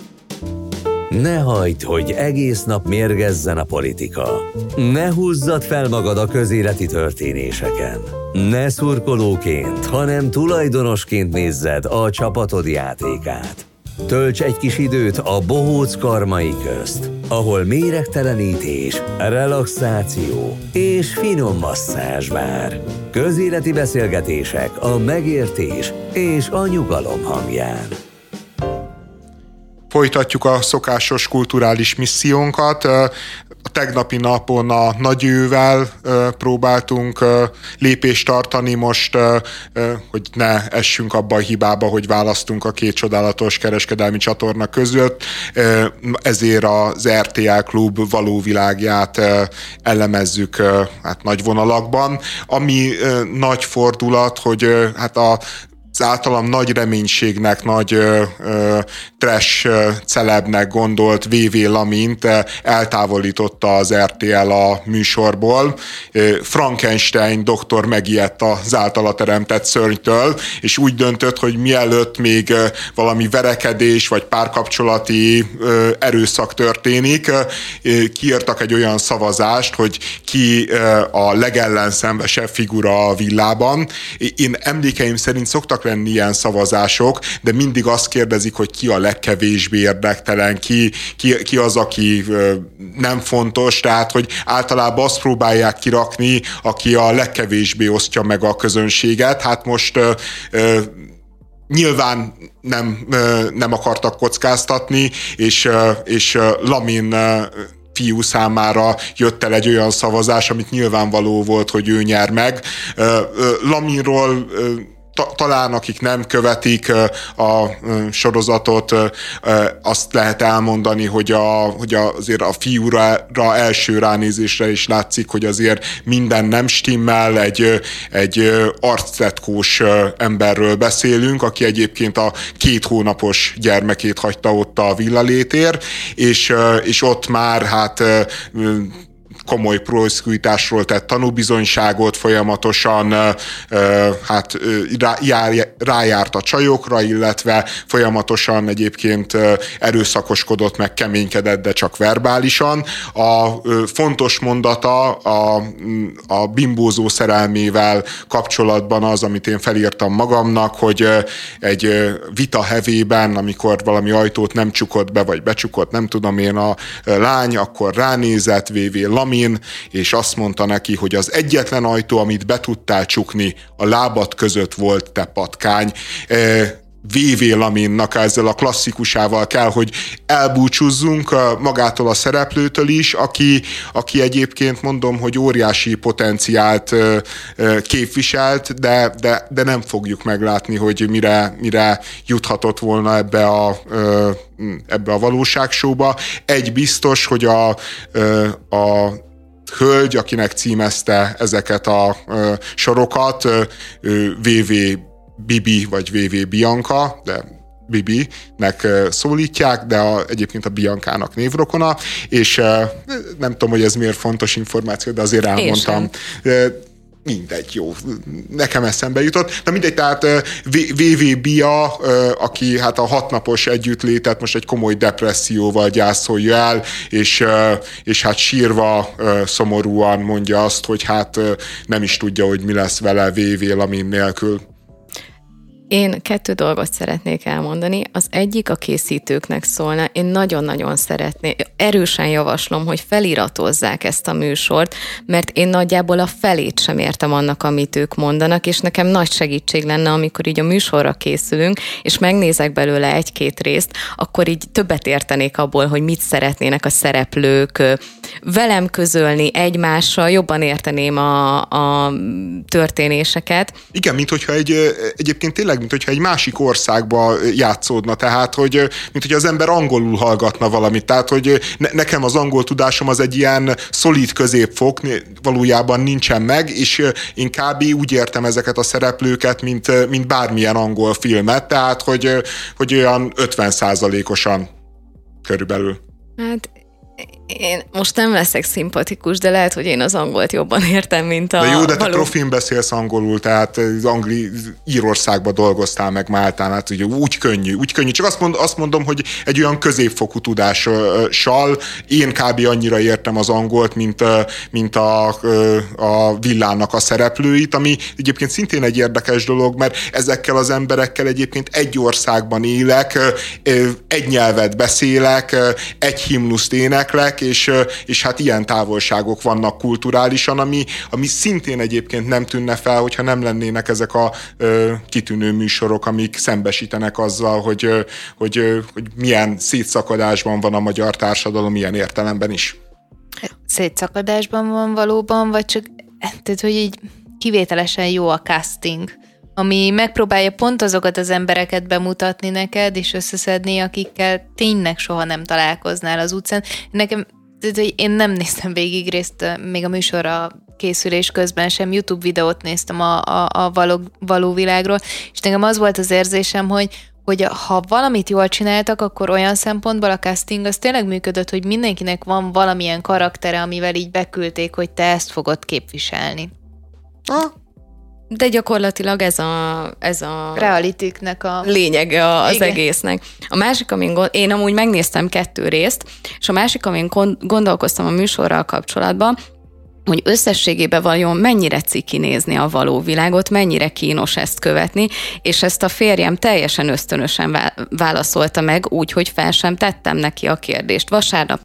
Ne hagyd, hogy egész nap mérgezzen a politika. Ne húzzad fel magad a közéleti történéseken. Ne szurkolóként, hanem tulajdonosként nézzed a csapatod játékát. Tölts egy kis időt a bohóc karmai közt, ahol méregtelenítés, relaxáció és finom masszázs vár. Közéleti beszélgetések a megértés és a nyugalom hangján. Folytatjuk a szokásos kulturális missziónkat. A tegnapi napon a Nagyővel próbáltunk lépést tartani, most, hogy ne essünk abba a hibába, hogy választunk a két csodálatos kereskedelmi csatorna között, ezért az er té el Klub való világját elemezzük hát nagy vonalakban. Ami nagy fordulat, hogy hát a az általam nagy reménységnek, nagy ö, ö, trash ö, celebnek gondolt vé vé Lamint ö, eltávolította az er té el a műsorból. Ö, Frankenstein doktor megijedt az általa teremtett szörnytől, és úgy döntött, hogy mielőtt még ö, valami verekedés vagy párkapcsolati ö, erőszak történik, ö, kiírtak egy olyan szavazást, hogy ki ö, a legellenszenvesebb figura a villában. Én emlékeim szerint szoktak lenni ilyen szavazások, de mindig azt kérdezik, hogy ki a legkevésbé érdektelen, ki, ki, ki az, aki ö, nem fontos, tehát hogy általában azt próbálják kirakni, aki a legkevésbé osztja meg a közönséget. Hát most ö, ö, nyilván nem, ö, nem akartak kockáztatni, és, ö, és Lamin ö, fiú számára jött el egy olyan szavazás, amit nyilvánvaló volt, hogy ő nyer meg. Laminról talán akik nem követik a sorozatot, azt lehet elmondani, hogy, a, hogy azért a fiúra első ránézésre is látszik, hogy azért minden nem stimmel, egy, egy arctetkós emberről beszélünk, aki egyébként a két hónapos gyermekét hagyta ott a villalétér, és, és ott már hát komoly promiszkuitásról tett tanúbizonyságot, folyamatosan hát rájárt a csajokra, illetve folyamatosan egyébként erőszakoskodott, meg keménykedett, de csak verbálisan. A fontos mondata a, a bimbózó szerelmével kapcsolatban az, amit én felírtam magamnak, hogy egy vita hevében, amikor valami ajtót nem csukott be, vagy becsukott, nem tudom én, a lány, akkor ránézett vé vé Lamin, és azt mondta neki, hogy az egyetlen ajtó, amit be tudtál csukni, a lábad között volt, te patkány. vé vé Laminnak ezzel a klasszikusával kell, hogy elbúcsúzzunk magától a szereplőtől is, aki, aki egyébként mondom, hogy óriási potenciált képviselt, de, de, de nem fogjuk meglátni, hogy mire, mire juthatott volna ebbe a, ebbe a valóságsóba. Egy biztos, hogy a, a hölgy, akinek címezte ezeket a sorokat, vé vé Bibi vagy vé vé Bianca, de Bibi-nek szólítják, de a, egyébként a Biancának névrokona, és nem tudom, hogy ez miért fontos információ, de azért elmondtam. Mindegy, jó. Nekem eszembe jutott. Na mindegy, tehát vé vé Bia, aki hát a hatnapos együttlétet most egy komoly depresszióval gyászolja el, és, és hát sírva, szomorúan mondja azt, hogy hát nem is tudja, hogy mi lesz vele vé vé Lamin nélkül. Én kettő dolgot szeretnék elmondani. Az egyik a készítőknek szólna. Én nagyon-nagyon szeretném, erősen javaslom, hogy feliratozzák ezt a műsort, mert én nagyjából a felét sem értem annak, amit ők mondanak, és nekem nagy segítség lenne, amikor így a műsorra készülünk, és megnézek belőle egy-két részt, akkor így többet értenék abból, hogy mit szeretnének a szereplők velem közölni, egymással, jobban érteném a, a történéseket. Igen, mint hogyha egy, egyébként tényleg, mint hogyha egy másik országba játszódna, tehát, hogy mint hogy az ember angolul hallgatna valamit, tehát, hogy ne, nekem az angol tudásom az egy ilyen szolid középfok, valójában nincsen meg, és én kb. Úgy értem ezeket a szereplőket, mint, mint bármilyen angol filmet, tehát, hogy, hogy olyan ötven százalékosan körülbelül. Hát én most nem leszek szimpatikus, de lehet, hogy én az angolt jobban értem, mint a... De jó, de te való... profin beszélsz angolul, tehát az angli Írországban dolgoztál meg Máltán, hát ugye úgy könnyű, úgy könnyű. Csak azt, mond, azt mondom, hogy egy olyan középfokú tudással én kb. Annyira értem az angolt, mint, mint a, a villának a szereplőit, ami egyébként szintén egy érdekes dolog, mert ezekkel az emberekkel egyébként egy országban élek, egy nyelvet beszélek, egy himnuszt éneklek, És, és hát ilyen távolságok vannak kulturálisan, ami, ami szintén egyébként nem tűnne fel, hogyha nem lennének ezek a ö, kitűnő műsorok, amik szembesítenek azzal, hogy, ö, hogy, ö, hogy milyen szétszakadásban van a magyar társadalom ilyen értelemben is. Szétszakadásban van valóban, vagy csak tehát, hogy így kivételesen jó a casting, ami megpróbálja pont azokat az embereket bemutatni neked, és összeszedni, akikkel tényleg soha nem találkoznál az utcán. Nekem, én nem néztem végig részt, még a műsorra készülés közben sem, YouTube videót néztem a, a, a való, való világról, és nekem az volt az érzésem, hogy, hogy ha valamit jól csináltak, akkor olyan szempontból a casting az tényleg működött, hogy mindenkinek van valamilyen karaktere, amivel így beküldték, hogy te ezt fogod képviselni. Ha? De gyakorlatilag ez a, ez a realitiknek a lényege az igen. egésznek. A másik, amin gond... én amúgy megnéztem kettő részt, és a másik, amin gondolkoztam a műsorral kapcsolatban, hogy összességében vajon mennyire ciki nézni a való világot, mennyire kínos ezt követni, és ezt a férjem teljesen ösztönösen válaszolta meg, úgy, hogy fel sem tettem neki a kérdést. Vasárnap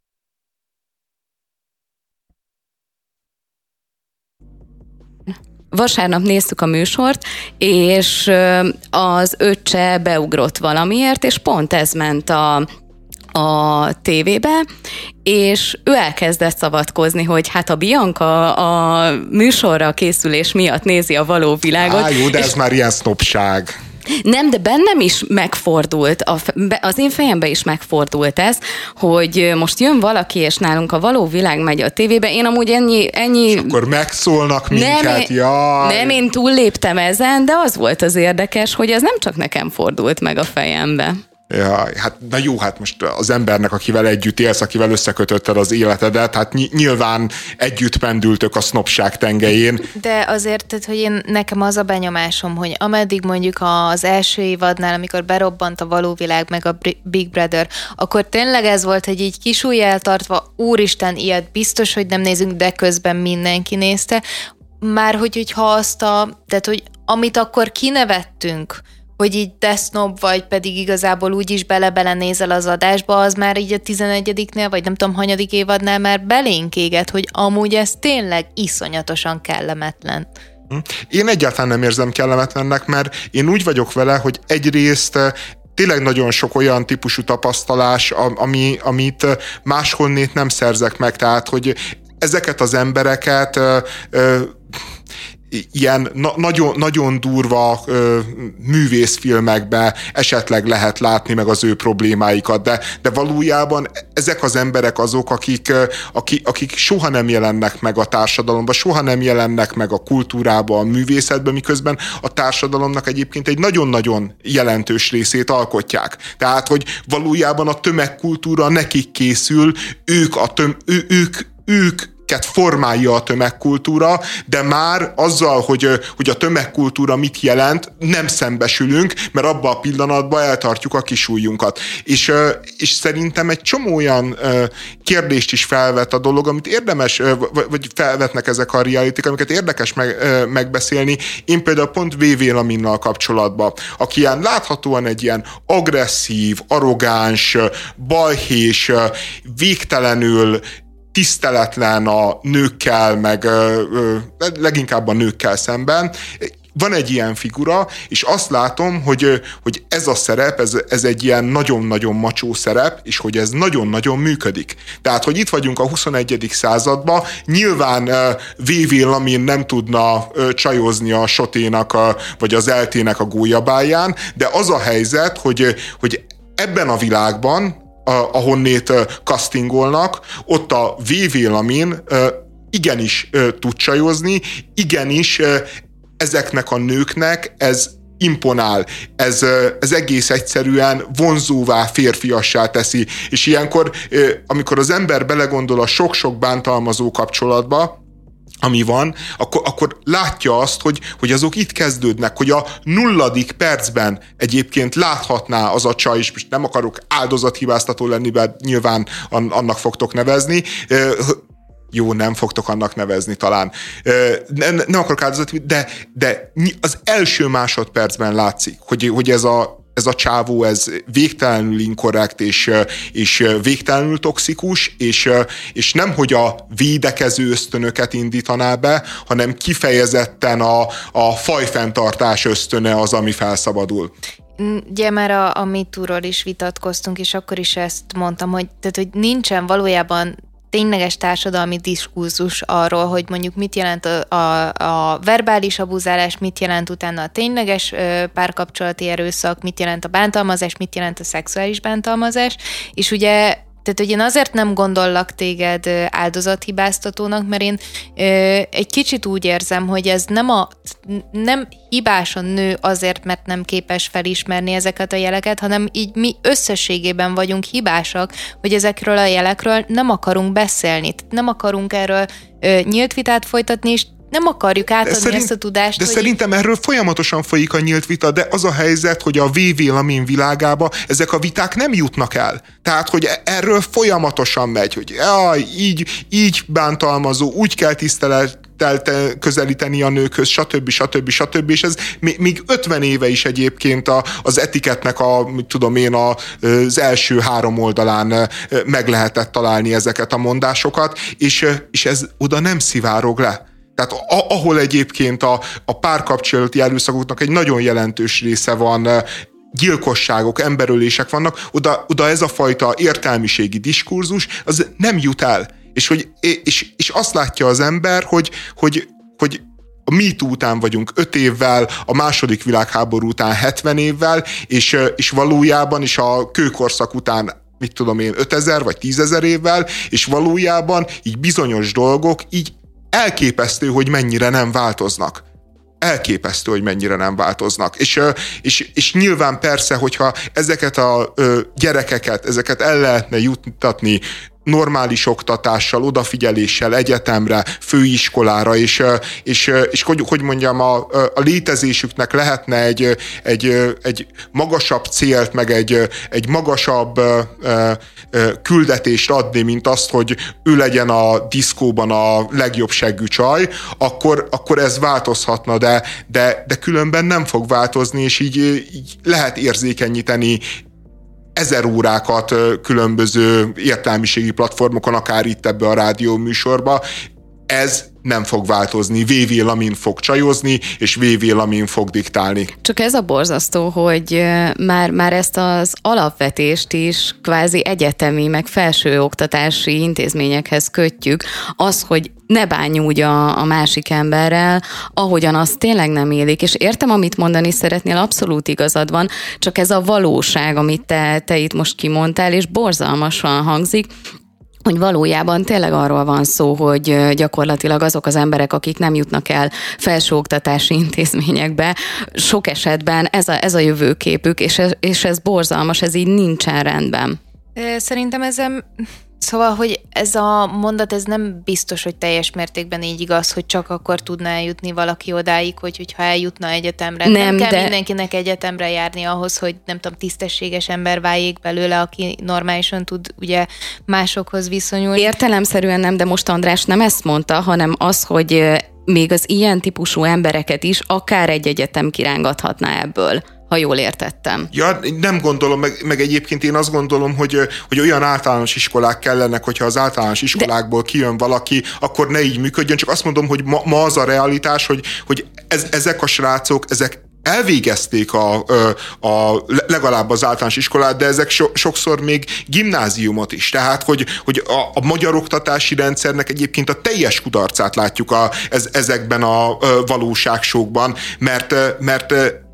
Vasárnap néztük a műsort, és az öccse beugrott valamiért, és pont ez ment a, a tévébe, és ő elkezdett szavatkozni, hogy hát a Bianca a műsorra készülés miatt nézi a való világot. Á, jó, de ez és... már ilyen sznobság. Nem, de bennem is megfordult, az én fejembe is megfordult ez, hogy most jön valaki, és nálunk a való világ megy a tévébe, én amúgy ennyi... ennyi... És akkor megszólnak minket, nem, jaj! Nem, én túlléptem ezen, de az volt az érdekes, hogy ez nem csak nekem fordult meg a fejembe. Ja, hát na jó, hát most az embernek, akivel együtt élsz, akivel összekötötted az életedet, hát nyilván együtt pendültök a sznopság tengelyén. De azért, tehát, hogy én, nekem az a benyomásom, hogy ameddig mondjuk az első évadnál, amikor berobbant a való világ meg a Big Brother, akkor tényleg ez volt, hogy így kisújjel tartva, úristen, ilyet biztos, hogy nem nézünk, de közben mindenki nézte. Már hogy, hogyha azt a, tehát, hogy amit akkor kinevettünk, hogy így te sznob vagy, pedig igazából úgyis bele-bele nézel az adásba, az már így a tizenegyediknél, vagy nem tudom, hanyadik évadnál már belénk éget, hogy amúgy ez tényleg iszonyatosan kellemetlen. Én egyáltalán nem érzem kellemetlennek, mert én úgy vagyok vele, hogy egyrészt tényleg nagyon sok olyan típusú tapasztalás, ami, amit máshonnét nem szerzek meg, tehát, hogy ezeket az embereket ilyen na- nagyon, nagyon durva ö, művészfilmekben esetleg lehet látni meg az ő problémáikat, de, de valójában ezek az emberek azok, akik, akik, akik soha nem jelennek meg a társadalomban, soha nem jelennek meg a kultúrában, a művészetben, miközben a társadalomnak egyébként egy nagyon-nagyon jelentős részét alkotják. Tehát, hogy valójában a tömegkultúra nekik készül, ők a töm, ő, ők, ők formálja a tömegkultúra, de már azzal, hogy, hogy a tömegkultúra mit jelent, nem szembesülünk, mert abban a pillanatban eltartjuk a kisujjunkat. És, és szerintem egy csomó olyan kérdést is felvet a dolog, amit érdemes, vagy felvetnek ezek a realitik, amiket érdekes meg, megbeszélni. Én például pont vé vé Laminnal kapcsolatban, aki ilyen láthatóan egy ilyen agresszív, arrogáns, balhés, végtelenül tiszteletlen a nőkkel, meg ö, ö, leginkább a nőkkel szemben. Van egy ilyen figura, és azt látom, hogy, hogy ez a szerep, ez, ez egy ilyen nagyon-nagyon macsó szerep, és hogy ez nagyon-nagyon működik. Tehát, hogy itt vagyunk a huszonegyedik században, nyilván vé vé Lamin nem tudna csajozni a Soténak, a, vagy az eltének a gólyabáján, de az a helyzet, hogy, hogy ebben a világban, ahonnét castingolnak, ott a vé vé Lamin igenis tud csajozni, igenis ezeknek a nőknek ez imponál, ez, ez egész egyszerűen vonzóvá, férfiassá teszi, és ilyenkor, amikor az ember belegondol a sok-sok bántalmazó kapcsolatba, ami van, akkor, akkor látja azt, hogy, hogy azok itt kezdődnek, hogy a nulladik percben egyébként láthatná az a csaj, és most nem akarok áldozathibáztató lenni, mert nyilván annak fogtok nevezni, jó, nem fogtok annak nevezni talán. Nem, nem akarok áldozat, de, de az első másodpercben látszik, hogy, hogy ez a ez a csávó, ez végtelenül inkorrekt, és, és végtelenül toxikus, és, és nem, hogy a védekező ösztönöket indítaná be, hanem kifejezetten a, a fajfenntartás ösztöne az, ami felszabadul. Ugye már a, a MeToo-ról is vitatkoztunk, és akkor is ezt mondtam, hogy, tehát, hogy nincsen valójában tényleges társadalmi diskurzus arról, hogy mondjuk mit jelent a, a, a verbális abuzálás, mit jelent utána a tényleges ö, párkapcsolati erőszak, mit jelent a bántalmazás, mit jelent a szexuális bántalmazás, és ugye tehát, hogy én azért nem gondollak téged áldozathibáztatónak, mert én ö, egy kicsit úgy érzem, hogy ez nem, a, nem hibás a nő azért, mert nem képes felismerni ezeket a jeleket, hanem így mi összességében vagyunk hibásak, hogy ezekről a jelekről nem akarunk beszélni. Nem akarunk erről ö, nyílt vitát folytatni, és nem akarjuk átadni szerint, ezt a tudást. De hogy szerintem erről folyamatosan folyik a nyílt vita, de az a helyzet, hogy a vé vé Lamin világába ezek a viták nem jutnak el. Tehát, hogy erről folyamatosan megy, hogy jaj, így, így bántalmazó, úgy kell tisztelettel közelíteni a nőkhöz, stb. stb. stb. És ez még ötven éve is egyébként a, az etikettnek a, tudom én, a, az első három oldalán meg lehetett találni ezeket a mondásokat, és, és ez oda nem szivárog le. Tehát ahol egyébként a, a párkapcsolati erőszakoknak egy nagyon jelentős része van, gyilkosságok, emberölések vannak, oda, oda ez a fajta értelmiségi diskurzus, az nem jut el. És, hogy, és, és azt látja az ember, hogy, hogy, hogy a MeToo után vagyunk öt évvel, a második világháború után hetven évvel, és, és valójában is a kőkorszak után, mit tudom én, ötezer vagy tízezer évvel, és valójában így bizonyos dolgok így elképesztő, hogy mennyire nem változnak. elképesztő, hogy mennyire nem változnak. És, és, és nyilván persze, hogyha ezeket a gyerekeket, ezeket el lehetne juttatni normális oktatással, odafigyeléssel, egyetemre, főiskolára, és, és, és hogy, hogy mondjam, a, a létezésüknek lehetne egy, egy, egy magasabb célt, meg egy, egy magasabb küldetést adni, mint azt, hogy ő legyen a diszkóban a legjobb seggű csaj, akkor, akkor ez változhatna, de, de, de különben nem fog változni, és így, így lehet érzékenyíteni ezer órákat különböző értelmiségi platformokon, akár itt ebbe a rádió műsorba. Ez nem fog változni. vé vé Lamin fog csajozni, és vé vé Lamin fog diktálni. Csak ez a borzasztó, hogy már, már ezt az alapvetést is kvázi egyetemi, meg felsőoktatási intézményekhez kötjük. Az, hogy ne bánj úgy a, a másik emberrel, ahogyan az tényleg nem élik. És értem, amit mondani szeretnél, abszolút igazad van, csak ez a valóság, amit te, te itt most kimondtál, és borzalmasan hangzik, hogy valójában tényleg arról van szó, hogy gyakorlatilag azok az emberek, akik nem jutnak el felsőoktatási intézményekbe, sok esetben ez a, ez a jövőképük, és ez, és ez borzalmas, ez így nincsen rendben. Szerintem ezzel, szóval, hogy ez a mondat, ez nem biztos, hogy teljes mértékben így igaz, hogy csak akkor tudná eljutni valaki odáig, hogy, hogyha eljutna egyetemre. Nem, nem kell de... mindenkinek egyetemre járni ahhoz, hogy nem tudom, tisztességes ember váljék belőle, aki normálisan tud ugye másokhoz viszonyulni. Értelemszerűen nem, de most András nem ezt mondta, hanem az, hogy még az ilyen típusú embereket is akár egy egyetem kirángathatná ebből, ha jól értettem. Ja, nem gondolom, meg, meg egyébként én azt gondolom, hogy, hogy olyan általános iskolák kellenek, hogyha az általános iskolákból De... kijön valaki, akkor ne így működjön, csak azt mondom, hogy ma, ma az a realitás, hogy, hogy ez, ezek a srácok, ezek elvégezték a, a, legalább az általános iskolát, de ezek so, sokszor még gimnáziumot is. Tehát, hogy, hogy a, a magyar oktatási rendszernek egyébként a teljes kudarcát látjuk a, ez, ezekben a, a valóságsókban, mert, mert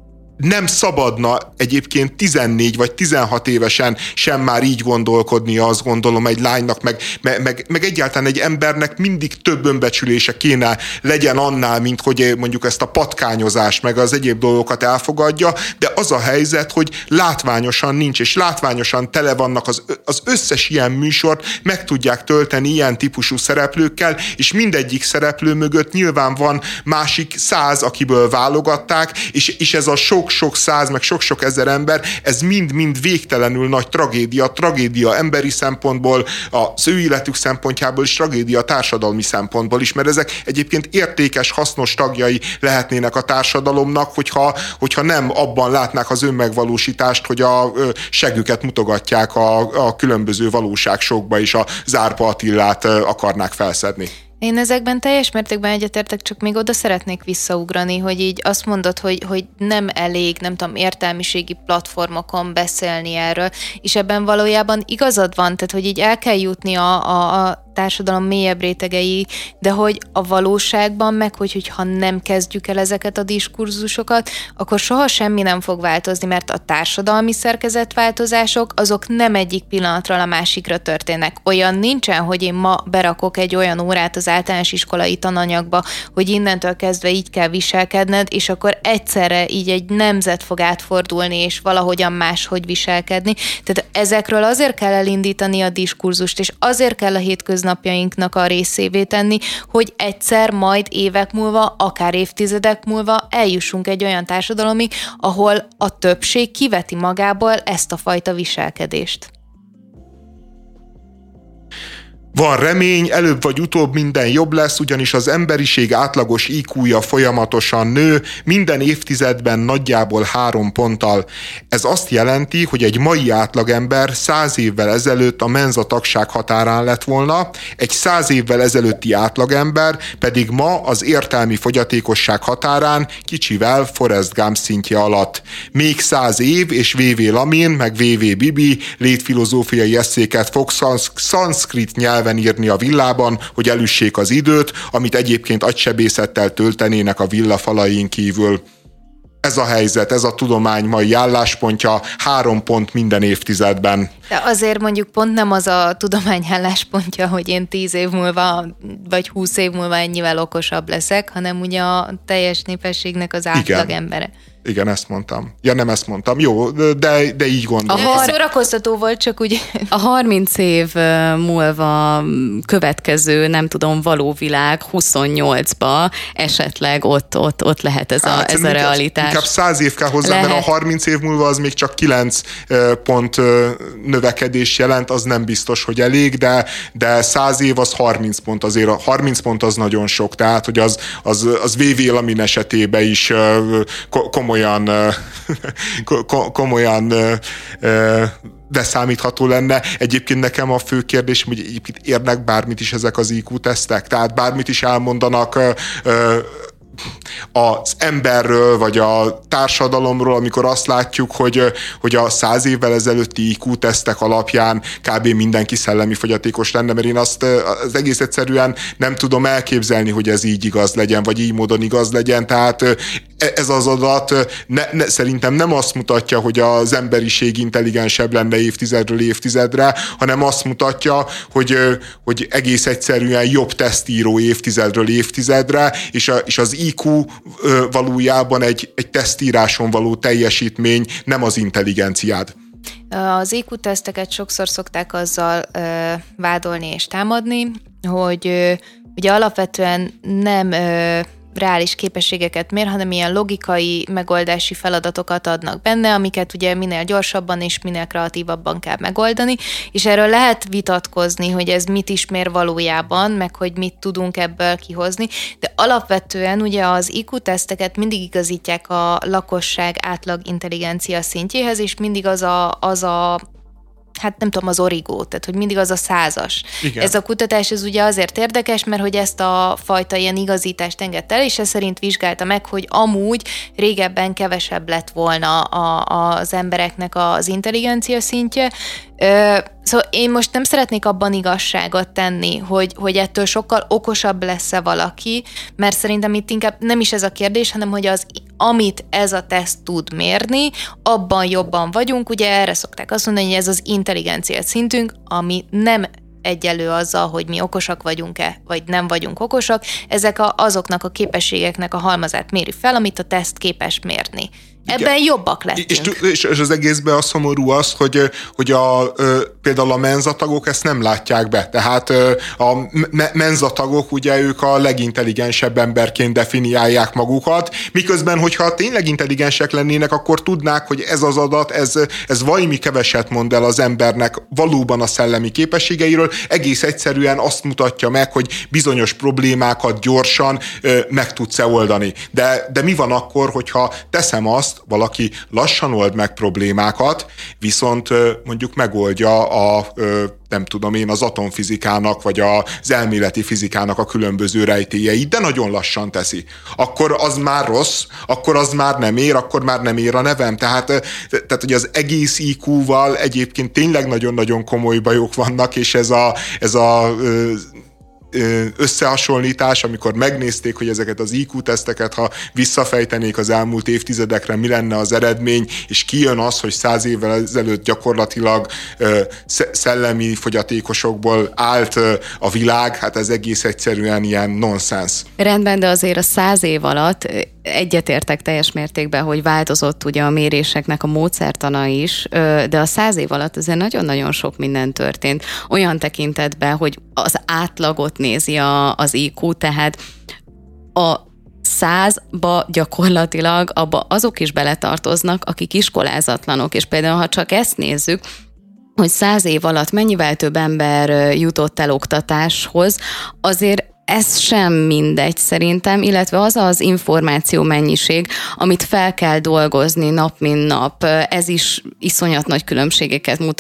nem szabadna egyébként tizennégy vagy tizenhat évesen sem már így gondolkodni, azt gondolom, egy lánynak, meg, meg, meg egyáltalán egy embernek mindig több önbecsülése kéne legyen annál, mint hogy mondjuk ezt a patkányozást, meg az egyéb dolgokat elfogadja, de az a helyzet, hogy látványosan nincs, és látványosan tele vannak az, az összes ilyen műsort, meg tudják tölteni ilyen típusú szereplőkkel, és mindegyik szereplő mögött nyilván van másik száz, akiből válogatták, és, és ez a sok sok száz, meg sok-sok ezer ember, ez mind-mind végtelenül nagy tragédia, tragédia emberi szempontból, az ő életük szempontjából is, tragédia társadalmi szempontból is, mert ezek egyébként értékes, hasznos tagjai lehetnének a társadalomnak, hogyha, hogyha nem abban látnák az önmegvalósítást, hogy a següket mutogatják a, a különböző valóságsokba, és a Zárpa Attillát akarnák felszedni. Én ezekben teljes mértékben egyetértek, csak még oda szeretnék visszaugrani, hogy így azt mondod, hogy, hogy nem elég, nem tudom, értelmiségi platformokon beszélni erről, és ebben valójában igazad van, tehát hogy így el kell jutni a, a, a társadalom mélyebb rétegei, de hogy a valóságban meg, hogy, hogyha nem kezdjük el ezeket a diskurzusokat, akkor soha semmi nem fog változni, mert a társadalmi szerkezetváltozások azok nem egyik pillanatról a másikra történnek. Olyan nincsen, hogy én ma berakok egy olyan órát az általános iskolai tananyagba, hogy innentől kezdve így kell viselkedned, és akkor egyszerre így egy nemzet fog átfordulni, és valahogyan máshogy viselkedni. Tehát ezekről azért kell elindítani a diskurzust, és azért kell a hétköznapjainknak a részévé tenni, hogy egyszer majd évek múlva, akár évtizedek múlva eljussunk egy olyan társadalomig, ahol a többség kiveti magából ezt a fajta viselkedést. Van remény, előbb vagy utóbb minden jobb lesz, ugyanis az emberiség átlagos í kúja folyamatosan nő, minden évtizedben nagyjából három ponttal. Ez azt jelenti, hogy egy mai átlagember száz évvel ezelőtt a menza tagság határán lett volna, egy száz évvel ezelőtti átlagember pedig ma az értelmi fogyatékosság határán kicsivel Forrest Gump szintje alatt. Még száz év, és vé vé Lamin, meg vé vé Bibi létfilozófiai esszéket fog szanszkrit nyelven írni a villában, hogy elüssék az időt, amit egyébként agysebészettel töltenének a villa falain kívül. ez a helyzet, ez a tudomány mai álláspontja, három pont minden évtizedben. De azért mondjuk pont nem az a tudomány álláspontja, hogy én tíz év múlva, vagy húsz év múlva ennyivel okosabb leszek, hanem ugye a teljes népességnek az átlag embere. Igen, ezt mondtam. Ja, nem ezt mondtam. Jó, de, de így gondolom. A szórakoztató volt, csak úgy... A harminc év múlva következő, nem tudom, való világ huszonnyolcba esetleg ott, ott, ott lehet ez a, hát, ez a realitás. Inkább száz év kell hozzá, lehet. Mert a harminc év múlva az még csak kilenc pont növekedés jelent, az nem biztos, hogy elég, de, de száz év az harminc pont, azért a harminc pont az nagyon sok, tehát hogy az, az, az vé vé Lamin esetében is komoly komolyan, komolyan beszámítható lenne. Egyébként nekem a fő kérdésem, hogy egyébként érnek bármit is ezek az í kú-tesztek, tehát bármit is elmondanak az emberről, vagy a társadalomról, amikor azt látjuk, hogy, hogy a száz évvel ezelőtti í kú-tesztek alapján kb. Mindenki szellemi fogyatékos lenne, mert én azt az egész egyszerűen nem tudom elképzelni, hogy ez így igaz legyen, vagy így módon igaz legyen, tehát ez az adat ne, ne, szerintem nem azt mutatja, hogy az emberiség intelligensebb lenne évtizedről évtizedre, hanem azt mutatja, hogy, hogy egész egyszerűen jobb tesztíró évtizedről évtizedre, és, a, és az í kú valójában egy, egy tesztíráson való teljesítmény, nem az intelligenciád. Az í kú-teszteket sokszor szokták azzal ö, vádolni és támadni, hogy ö, ugye alapvetően nem ö, reális képességeket mér, hanem ilyen logikai megoldási feladatokat adnak benne, amiket ugye minél gyorsabban és minél kreatívabban kell megoldani, és erről lehet vitatkozni, hogy ez mit is mér valójában, meg hogy mit tudunk ebből kihozni, de alapvetően ugye az í kú-teszteket mindig igazítják a lakosság átlag intelligencia szintjéhez, és mindig az a, az a hát nem tudom, az origó, tehát hogy mindig az a százas. Igen. Ez a kutatás ez ugye azért érdekes, mert hogy ezt a fajta ilyen igazítást engedte el, és ez szerint vizsgálta meg, hogy amúgy régebben kevesebb lett volna a, a, az embereknek az intelligencia szintje. Ö, szóval én most nem szeretnék abban igazságot tenni, hogy, hogy ettől sokkal okosabb lesz-e valaki, mert szerintem itt inkább nem is ez a kérdés, hanem hogy az amit ez a teszt tud mérni, abban jobban vagyunk. Ugye erre szokták azt mondani, hogy ez az intelligencia szintünk, ami nem egyenlő azzal, hogy mi okosak vagyunk-e, vagy nem vagyunk okosak. Ezek a, azoknak a képességeknek a halmazát méri fel, amit a teszt képes mérni. Ebben igen. Jobbak lettünk. És, és az egészben a szomorú az, hogy, hogy a, például a menzatagok ezt nem látják be. Tehát a menzatagok, ugye ők a legintelligensebb emberként definiálják magukat, miközben, hogyha tényleg intelligensek lennének, akkor tudnák, hogy ez az adat, ez, ez valami keveset mond el az embernek valóban a szellemi képességeiről, egész egyszerűen azt mutatja meg, hogy bizonyos problémákat gyorsan meg tudsz-e oldani. De, de mi van akkor, hogyha teszem azt, valaki lassan old meg problémákat, viszont mondjuk megoldja a, nem tudom én, az atomfizikának, vagy az elméleti fizikának a különböző rejtélyeit, de nagyon lassan teszi. Akkor az már rossz, akkor az már nem ér, akkor már nem ér a nevem. Tehát, tehát hogy az egész í kúval egyébként tényleg nagyon-nagyon komoly bajok vannak, és ez a, ez a összehasonlítás, amikor megnézték, hogy ezeket az í kú-teszteket, ha visszafejtenék az elmúlt évtizedekre, mi lenne az eredmény, és kijön az, hogy száz évvel ezelőtt gyakorlatilag szellemi fogyatékosokból állt a világ, hát ez egész egyszerűen ilyen nonsens. Rendben, de azért a száz év alatt egyetértek teljes mértékben, hogy változott ugye a méréseknek a módszertana is, de a száz év alatt azért nagyon-nagyon sok minden történt. Olyan tekintetben, hogy az átlagot nézi a, az í kú, tehát a százba gyakorlatilag abba azok is beletartoznak, akik iskolázatlanok, és például ha csak ezt nézzük, hogy száz év alatt mennyivel több ember jutott el oktatáshoz, azért ez sem mindegy szerintem, illetve az az információ mennyiség, amit fel kell dolgozni nap mint nap, ez is iszonyat nagy különbségeket mutat a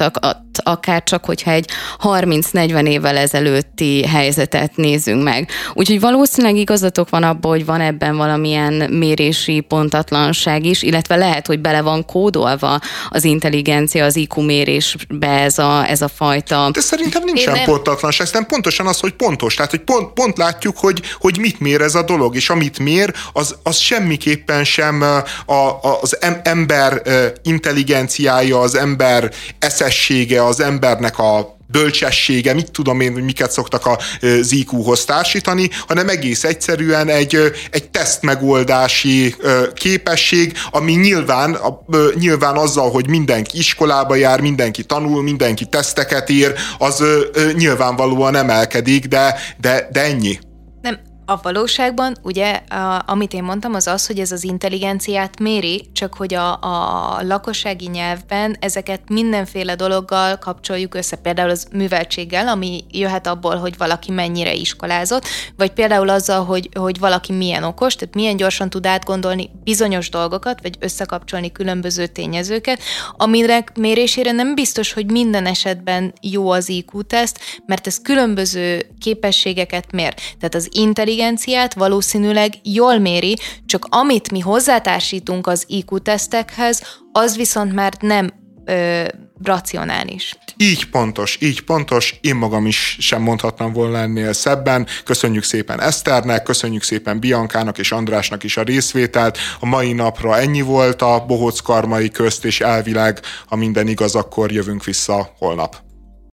alatt, akár csak, hogyha egy harminc-negyven évvel ezelőtti helyzetet nézzünk meg. Úgyhogy valószínűleg igazatok van abban, hogy van ebben valamilyen mérési pontatlanság is, illetve lehet, hogy bele van kódolva az intelligencia, az i kú mérésbe ez a, ez a fajta... De szerintem nincsen nem... pontatlanság, szerintem pontosan az, hogy pontos. Tehát, hogy pont, pont látjuk, hogy, hogy mit mér ez a dolog, és amit mér, az, az semmiképpen sem a, a, az ember intelligenciája, az ember eszessége, az embernek a bölcsessége, mit tudom én, hogy miket szoktak az i kúhoz társítani, hanem egész egyszerűen egy, egy tesztmegoldási képesség, ami nyilván, nyilván azzal, hogy mindenki iskolába jár, mindenki tanul, mindenki teszteket ír, az nyilvánvalóan emelkedik, de, de, de ennyi. Nem. A valóságban, ugye, a, amit én mondtam, az az, hogy ez az intelligenciát méri, csak hogy a, a lakossági nyelvben ezeket mindenféle dologgal kapcsoljuk össze, például az műveltséggel, ami jöhet abból, hogy valaki mennyire iskolázott, vagy például azzal, hogy, hogy valaki milyen okos, tehát milyen gyorsan tud átgondolni bizonyos dolgokat, vagy összekapcsolni különböző tényezőket, aminek mérésére nem biztos, hogy minden esetben jó az i kú-teszt, mert ez különböző képességeket mér. Tehát az intelligenciát valószínűleg jól méri, csak amit mi hozzátársítunk az i kú-tesztekhez, az viszont már nem ö, racionális. Így pontos, így pontos, én magam is sem mondhatnám volna ennél szebben. Köszönjük szépen Eszternek, köszönjük szépen Biankának és Andrásnak is a részvételt. A mai napra ennyi volt a Bohóc Karmai Közt, és elvileg, ha minden igaz, akkor jövünk vissza holnap.